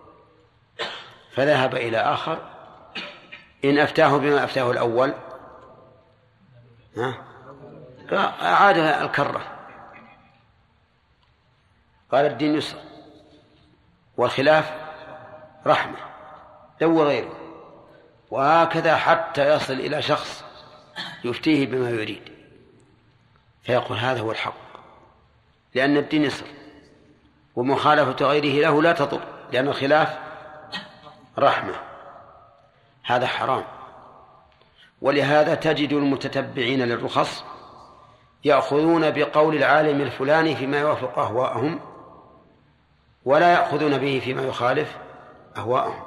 فذهب إلى آخر إن أفتاه بما أفتاه الأول أعاد الكرة. قال الدين يسر والخلاف رحمة، دور غيره، وهكذا حتى يصل إلى شخص يفتيه بما يريد، فيقول هذا هو الحق، لأن الدين يسر، ومخالفة غيره له لا تضر، لأن الخلاف رحمة. هذا حرام. ولهذا تجد المتتبعين للرخص يأخذون بقول العالم الفلاني فيما يوافق أهواءهم، ولا يأخذون به فيما يخالف أهواءهم،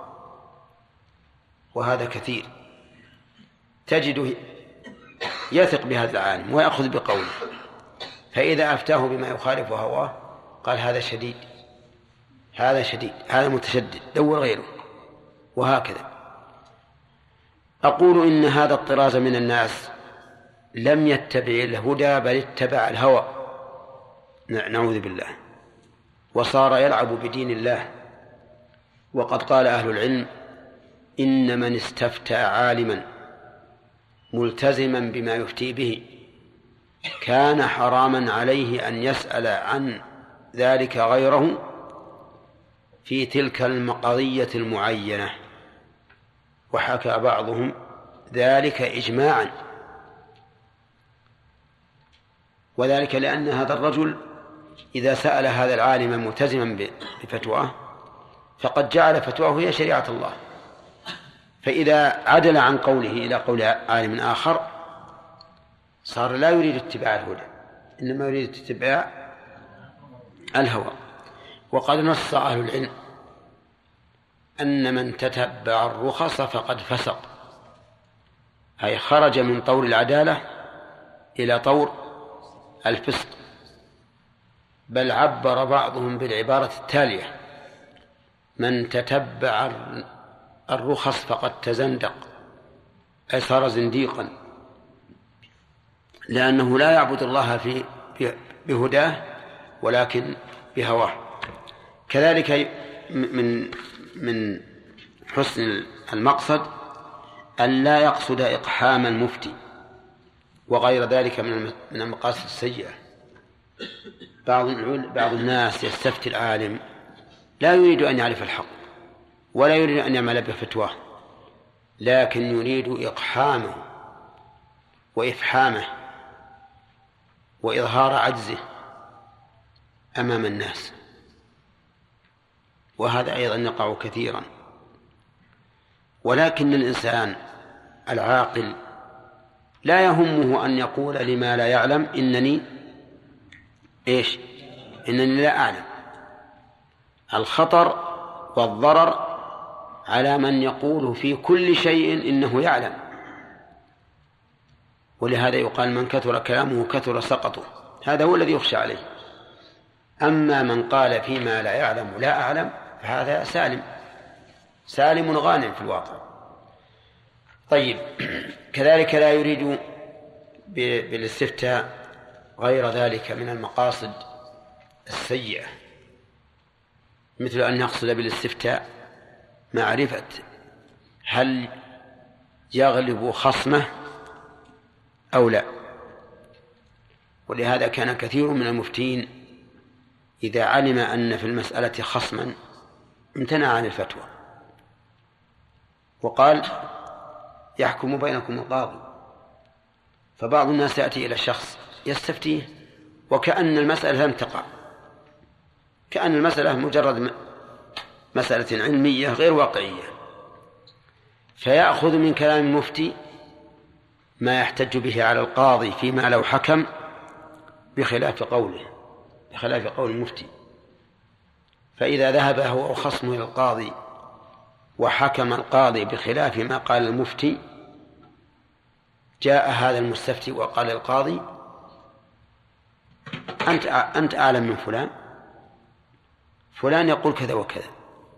وهذا كثير. تجده يثق بهذا العالم ويأخذ بقوله، فإذا أفتاه بما يخالف هواه قال هذا شديد، هذا شديد، هذا متشدد، دور غيره، وهكذا. أقول إن هذا الطراز من الناس لم يتبع الهدى بل اتبع الهوى، نعوذ بالله، وصار يلعب بدين الله. وقد قال أهل العلم إن من استفتى عالما ملتزما بما يفتي به كان حراما عليه أن يسأل عن ذلك غيره في تلك القضية المعينة. وحكى بعضهم ذلك إجماعا، وذلك لأن هذا الرجل إذا سأل هذا العالم ملتزما بفتواه فقد جعل فتواه هي شريعة الله، فإذا عدل عن قوله إلى قول عالم آخر صار لا يريد اتباع الهدى، إنما يريد اتباع الهوى. وقد نص أهل العلم أن من تتبع الرخص فقد فسق، أي خرج من طور العدالة إلى طور الفسق. بل عبر بعضهم بالعبارة التالية: من تتبع الرخص فقد تزندق، أي صار زنديقا، لأنه لا يعبد الله بهداه ولكن بهواه. كذلك من حسن المقصد أن لا يقصد إقحام المفتي وغير ذلك من المقاصد السيئة. بعض الناس يستفتي العالم لا يريد أن يعرف الحق ولا يريد أن يعمل بفتواه، لكن يريد إقحامه وإفحامه وإظهار عجزه أمام الناس، وهذا أيضا يقع كثيرا. ولكن الإنسان العاقل لا يهمه أن يقول لما لا يعلم إنني لا أعلم. الخطر والضرر على من يقول في كل شيء إنه يعلم، ولهذا يقال من كثر كلامه كثر سقطه، هذا هو الذي يخشى عليه. أما من قال فيما لا يعلم لا أعلم فهذا سالم غانم في الواقع. طيب، كذلك لا يريد بالاستفتاء غير ذلك من المقاصد السيئة، مثل أن يقصد بالاستفتاء معرفة هل يغلب خصمه أو لا. ولهذا كان كثير من المفتين إذا علم أن في المسألة خصما امتنع عن الفتوى وقال يحكم بينكم القاضي. فبعض الناس يأتي إلى الشخص يستفتيه وكأن المسألة لم تقع، كأن المسألة مجرد مسألة علمية غير واقعية، فيأخذ من كلام المفتي ما يحتج به على القاضي فيما لو حكم بخلاف قول المفتي. فإذا ذهب هو خصمه إلى القاضي وحكم القاضي بخلاف ما قال المفتي، جاء هذا المستفتي وقال للقاضي أنت أعلم من فلان يقول كذا وكذا،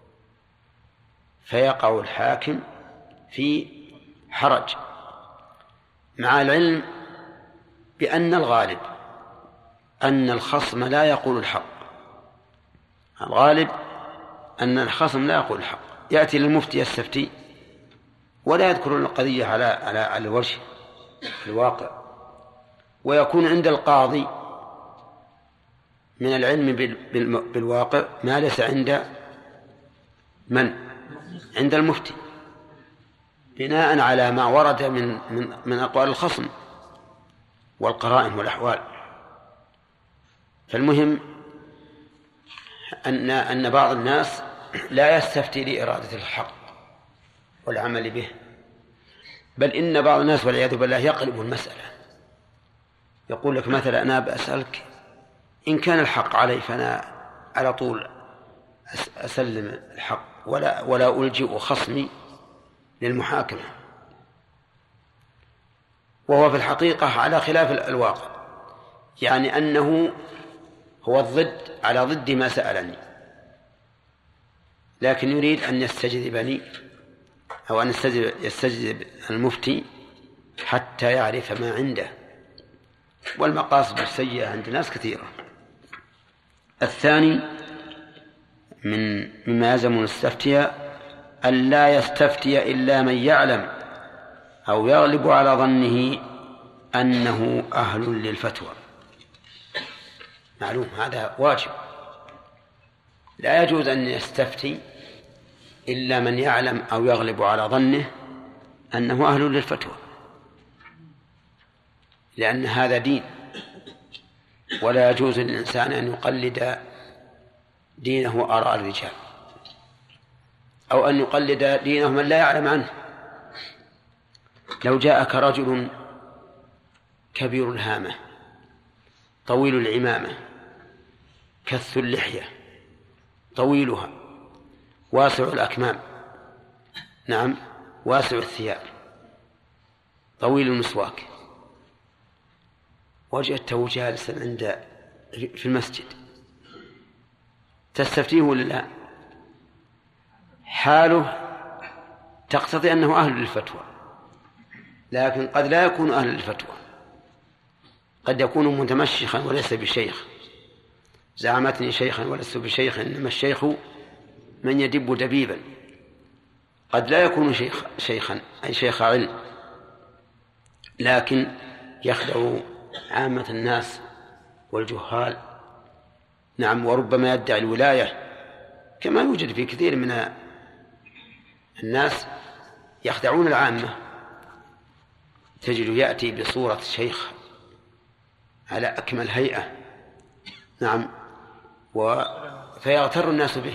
فيقع الحاكم في حرج مع العلم بأن الغالب أن الخصم لا يقول الحق. الغالب أن الخصم لا يقول الحق، يأتي للمفتي يستفتي ولا يذكر القضية على الوجه الواقع، ويكون عند القاضي من العلم بالواقع ما ليس عند عند المفتي، بناء على ما ورد من أقوال الخصم والقرائن والأحوال. فالمهم أن بعض الناس لا يستفتي لإرادة الحق والعمل به، بل إن بعض الناس والعياذ بالله يقلب المسألة، يقول لك مثلا أنا بأسألك إن كان الحق علي فأنا على طول أسلم الحق ولا ألجئ خصمي للمحاكمة، وهو في الحقيقة على خلاف الواقع، يعني أنه هو الضد على ضد ما سألني، لكن يريد أن يستجذبني أو أن يستجذب المفتي حتى يعرف ما عنده، والمقاصد السيئة عند ناس كثيرة. الثاني مما يلزم المستفتي أن لا يستفتي إلا من يعلم أو يغلب على ظنه أنه أهل للفتوى. معلوم هذا واجب، لا يجوز أن يستفتي إلا من يعلم أو يغلب على ظنه أنه أهل للفتوى، لأن هذا دين، ولا يجوز للإنسان أن يقلد دينه آراء الرجال أو أن يقلد دينه من لا يعلم عنه. لو جاءك رجل كبير الهامة طويل العمامة كث اللحية طويلها واسع الأكمام، نعم واسع الثياب طويل المسواك، وجدته جالسا في المسجد، تستفتيه ولا لا؟ حاله تقتضي أنه أهل للفتوى، لكن قد لا يكون أهل للفتوى، قد يكون متمشخا وليس بشيخ، زعمتني شيخا ولست بشيخ، إنما الشيخ من يدب دبيبا. قد لا يكون شيخا أي شيخ علم، لكن يخدع عامة الناس والجهال، نعم، وربما يدعي الولاية، كما يوجد في كثير من الناس يخدعون العامة. تجد يأتي بصورة شيخ على أكمل هيئة، نعم، فيغتر الناس به.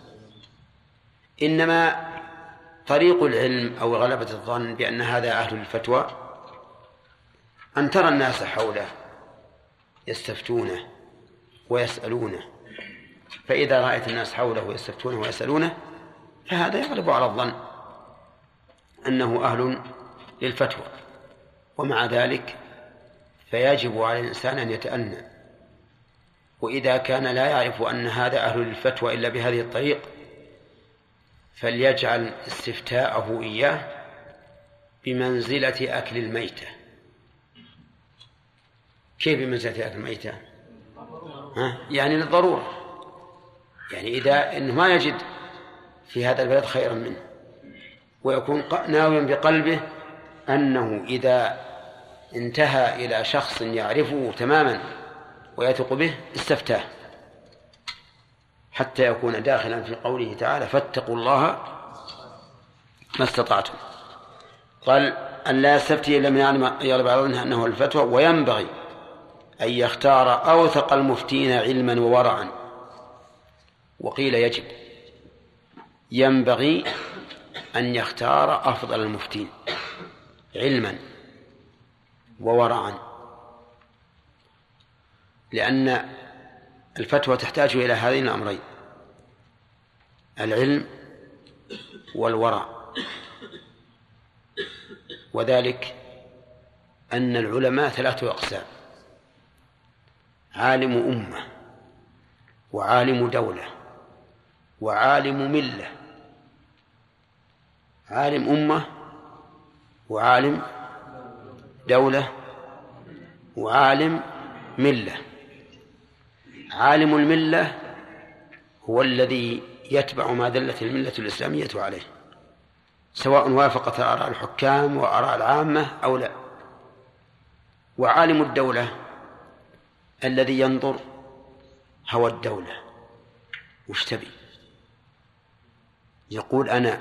إنما طريق العلم أو غلبة الظن بأن هذا أهل الفتوى أن ترى الناس حوله يستفتونه ويسألونه، فإذا رأيت الناس حوله يستفتونه ويسألونه فهذا يغلب على الظن أنه أهل للفتوى. ومع ذلك فيجب على الإنسان أن يتأنى، وإذا كان لا يعرف أن هذا أهل للفتوى إلا بهذه الطريق فليجعل استفتاءه إياه بمنزلة أكل الميتة. كيف بمنزلة أكل الميتة؟ يعني للضرورة، يعني إذا إنه ما يجد في هذا البلد خيرا منه، ويكون ناويا بقلبه أنه إذا انتهى إلى شخص يعرفه تماما ويثق به استفتاه، حتى يكون داخلا في قوله تعالى فاتقوا الله ما استطعتم. قال أن لا يستفتي إلا من يغلب على ظنه أنه الفتوى، وينبغي أن يختار أوثق المفتين علما وورعا. وقيل يجب، ينبغي أن يختار أفضل المفتين علما وورعا، لأن الفتوى تحتاج إلى هذين الأمرين: العلم والورع. وذلك أن العلماء 3 أقسام: عالم أمة، وعالم دولة، وعالم ملة. عالم أمة وعالم دولة وعالم ملة. عالم الملة هو الذي يتبع ما دلت الملة الإسلامية عليه، سواء وافقت آراء الحكام وآراء العامة أو لا. وعالم الدولة الذي ينظر هوى الدولة وش تبي، يقول أنا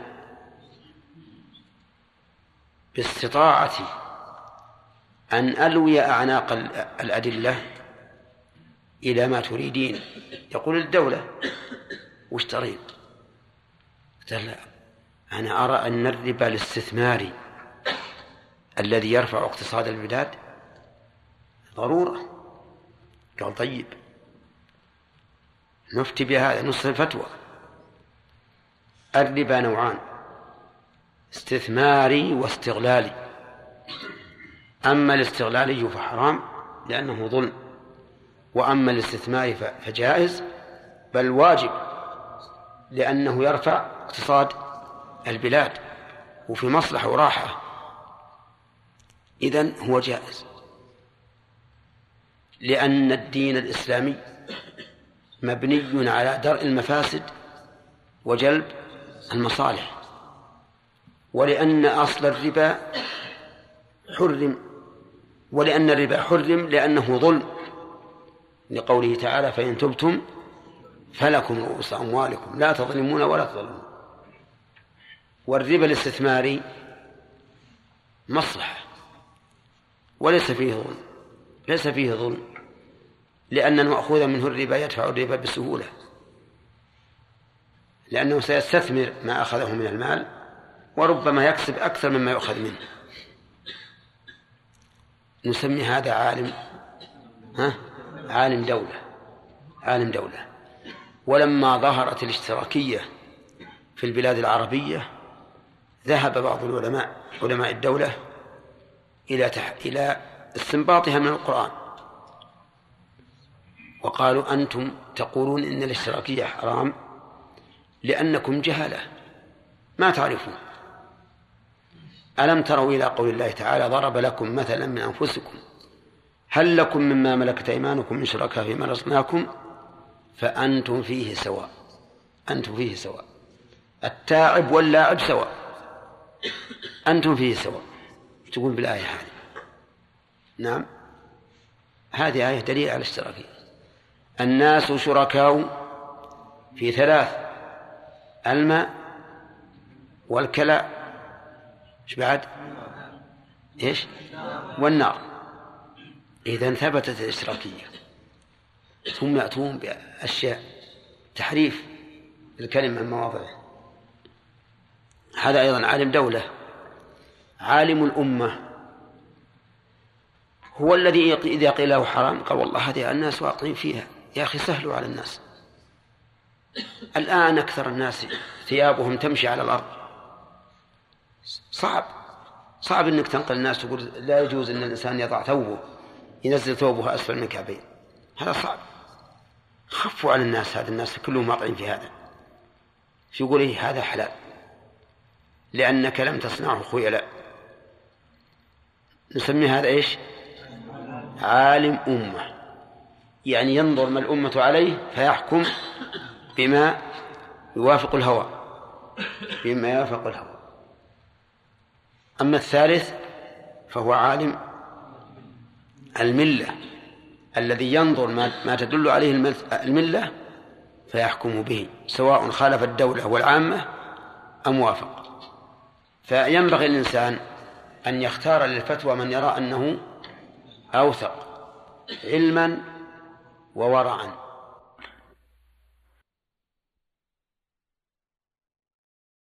باستطاعتي أن ألوي أعناق الأدلة إلى ما تريدين. يقول الدولة وش تريد؟ لا، أنا أرى أن الربا الاستثماري الذي يرفع اقتصاد البلاد ضرورة. قال طيب نفتي بهذا، نص الفتوى. الربا نوعان: استثماري واستغلالي. أما الاستغلالي فحرام لأنه ظلم، وأما الاستثماري فجائز بل واجب، لأنه يرفع اقتصاد البلاد وفي مصلحة وراحة، إذن هو جائز، لأن الدين الإسلامي مبني على درء المفاسد وجلب المصالح، ولأن أصل الربا حرم، ولأن الربا حرم لأنه ظلم، لقوله تعالى فإن تبتم فلكم رؤوس أموالكم لا تظلمون ولا تظلمون. والربا الاستثماري مصلحة وليس فيه ظلم، ليس فيه ظلم، لأن المأخوذ منه الربا يدفع الربا بسهولة، لأنه سيستثمر ما أخذه من المال وربما يكسب أكثر مما يؤخذ منه. نسمي هذا عالم دولة. عالم دولة. ولما ظهرت الاشتراكية في البلاد العربية ذهب بعض العلماء علماء الدولة إلى استنباطها من القرآن، وقالوا أنتم تقولون إن الاشتراكية حرام لأنكم جهلة ما تعرفون. ألم تروا إلى قول الله تعالى ضرب لكم مثلا من أنفسكم هل لكم مما ملكت أيمانكم من شركاء فيما رزقناكم فأنتم فيه سواء. أنتم فيه سواء، التاعب واللاعب سواء، أنتم فيه سواء. تقول بالآية هذه؟ نعم، هذه آية دليل على الاشتراكية. الناس شركاء في 3: الماء والكلاء، ايش بعد؟ ايش؟ والنار. إذن ثبتت الاشتراكية، ثم يأتون بأشياء تحريف الكلمة عن مواضعه. هذا أيضا عالم دولة. عالم الأمة هو الذي إذا قيل له حرام قال والله هذه الناس واقعين فيها، يا أخي سهلوا على الناس. الآن أكثر الناس ثيابهم تمشي على الأرض، صعب أنك تنقل الناس تقول لا يجوز أن الإنسان يضع ثوبه ينزل ثوبه أسفل من الكعبين، هذا صعب. خفوا على الناس، هذا الناس كلهم واقعين في هذا. يقول إيه هذا حلال لأنك لم تصنعه خيلاء. نسمي هذا إيش؟ عالم أمة، يعني ينظر ما الأمة عليه فيحكم بما يوافق الهوى. بما يوافق الهوى. أما الثالث فهو عالم الملة الذي ينظر ما تدل عليه الملة فيحكم به سواء خالف الدولة والعامة أم وافق. فينبغي الإنسان أن يختار للفتوى من يرى أنه أوثق علما وورعا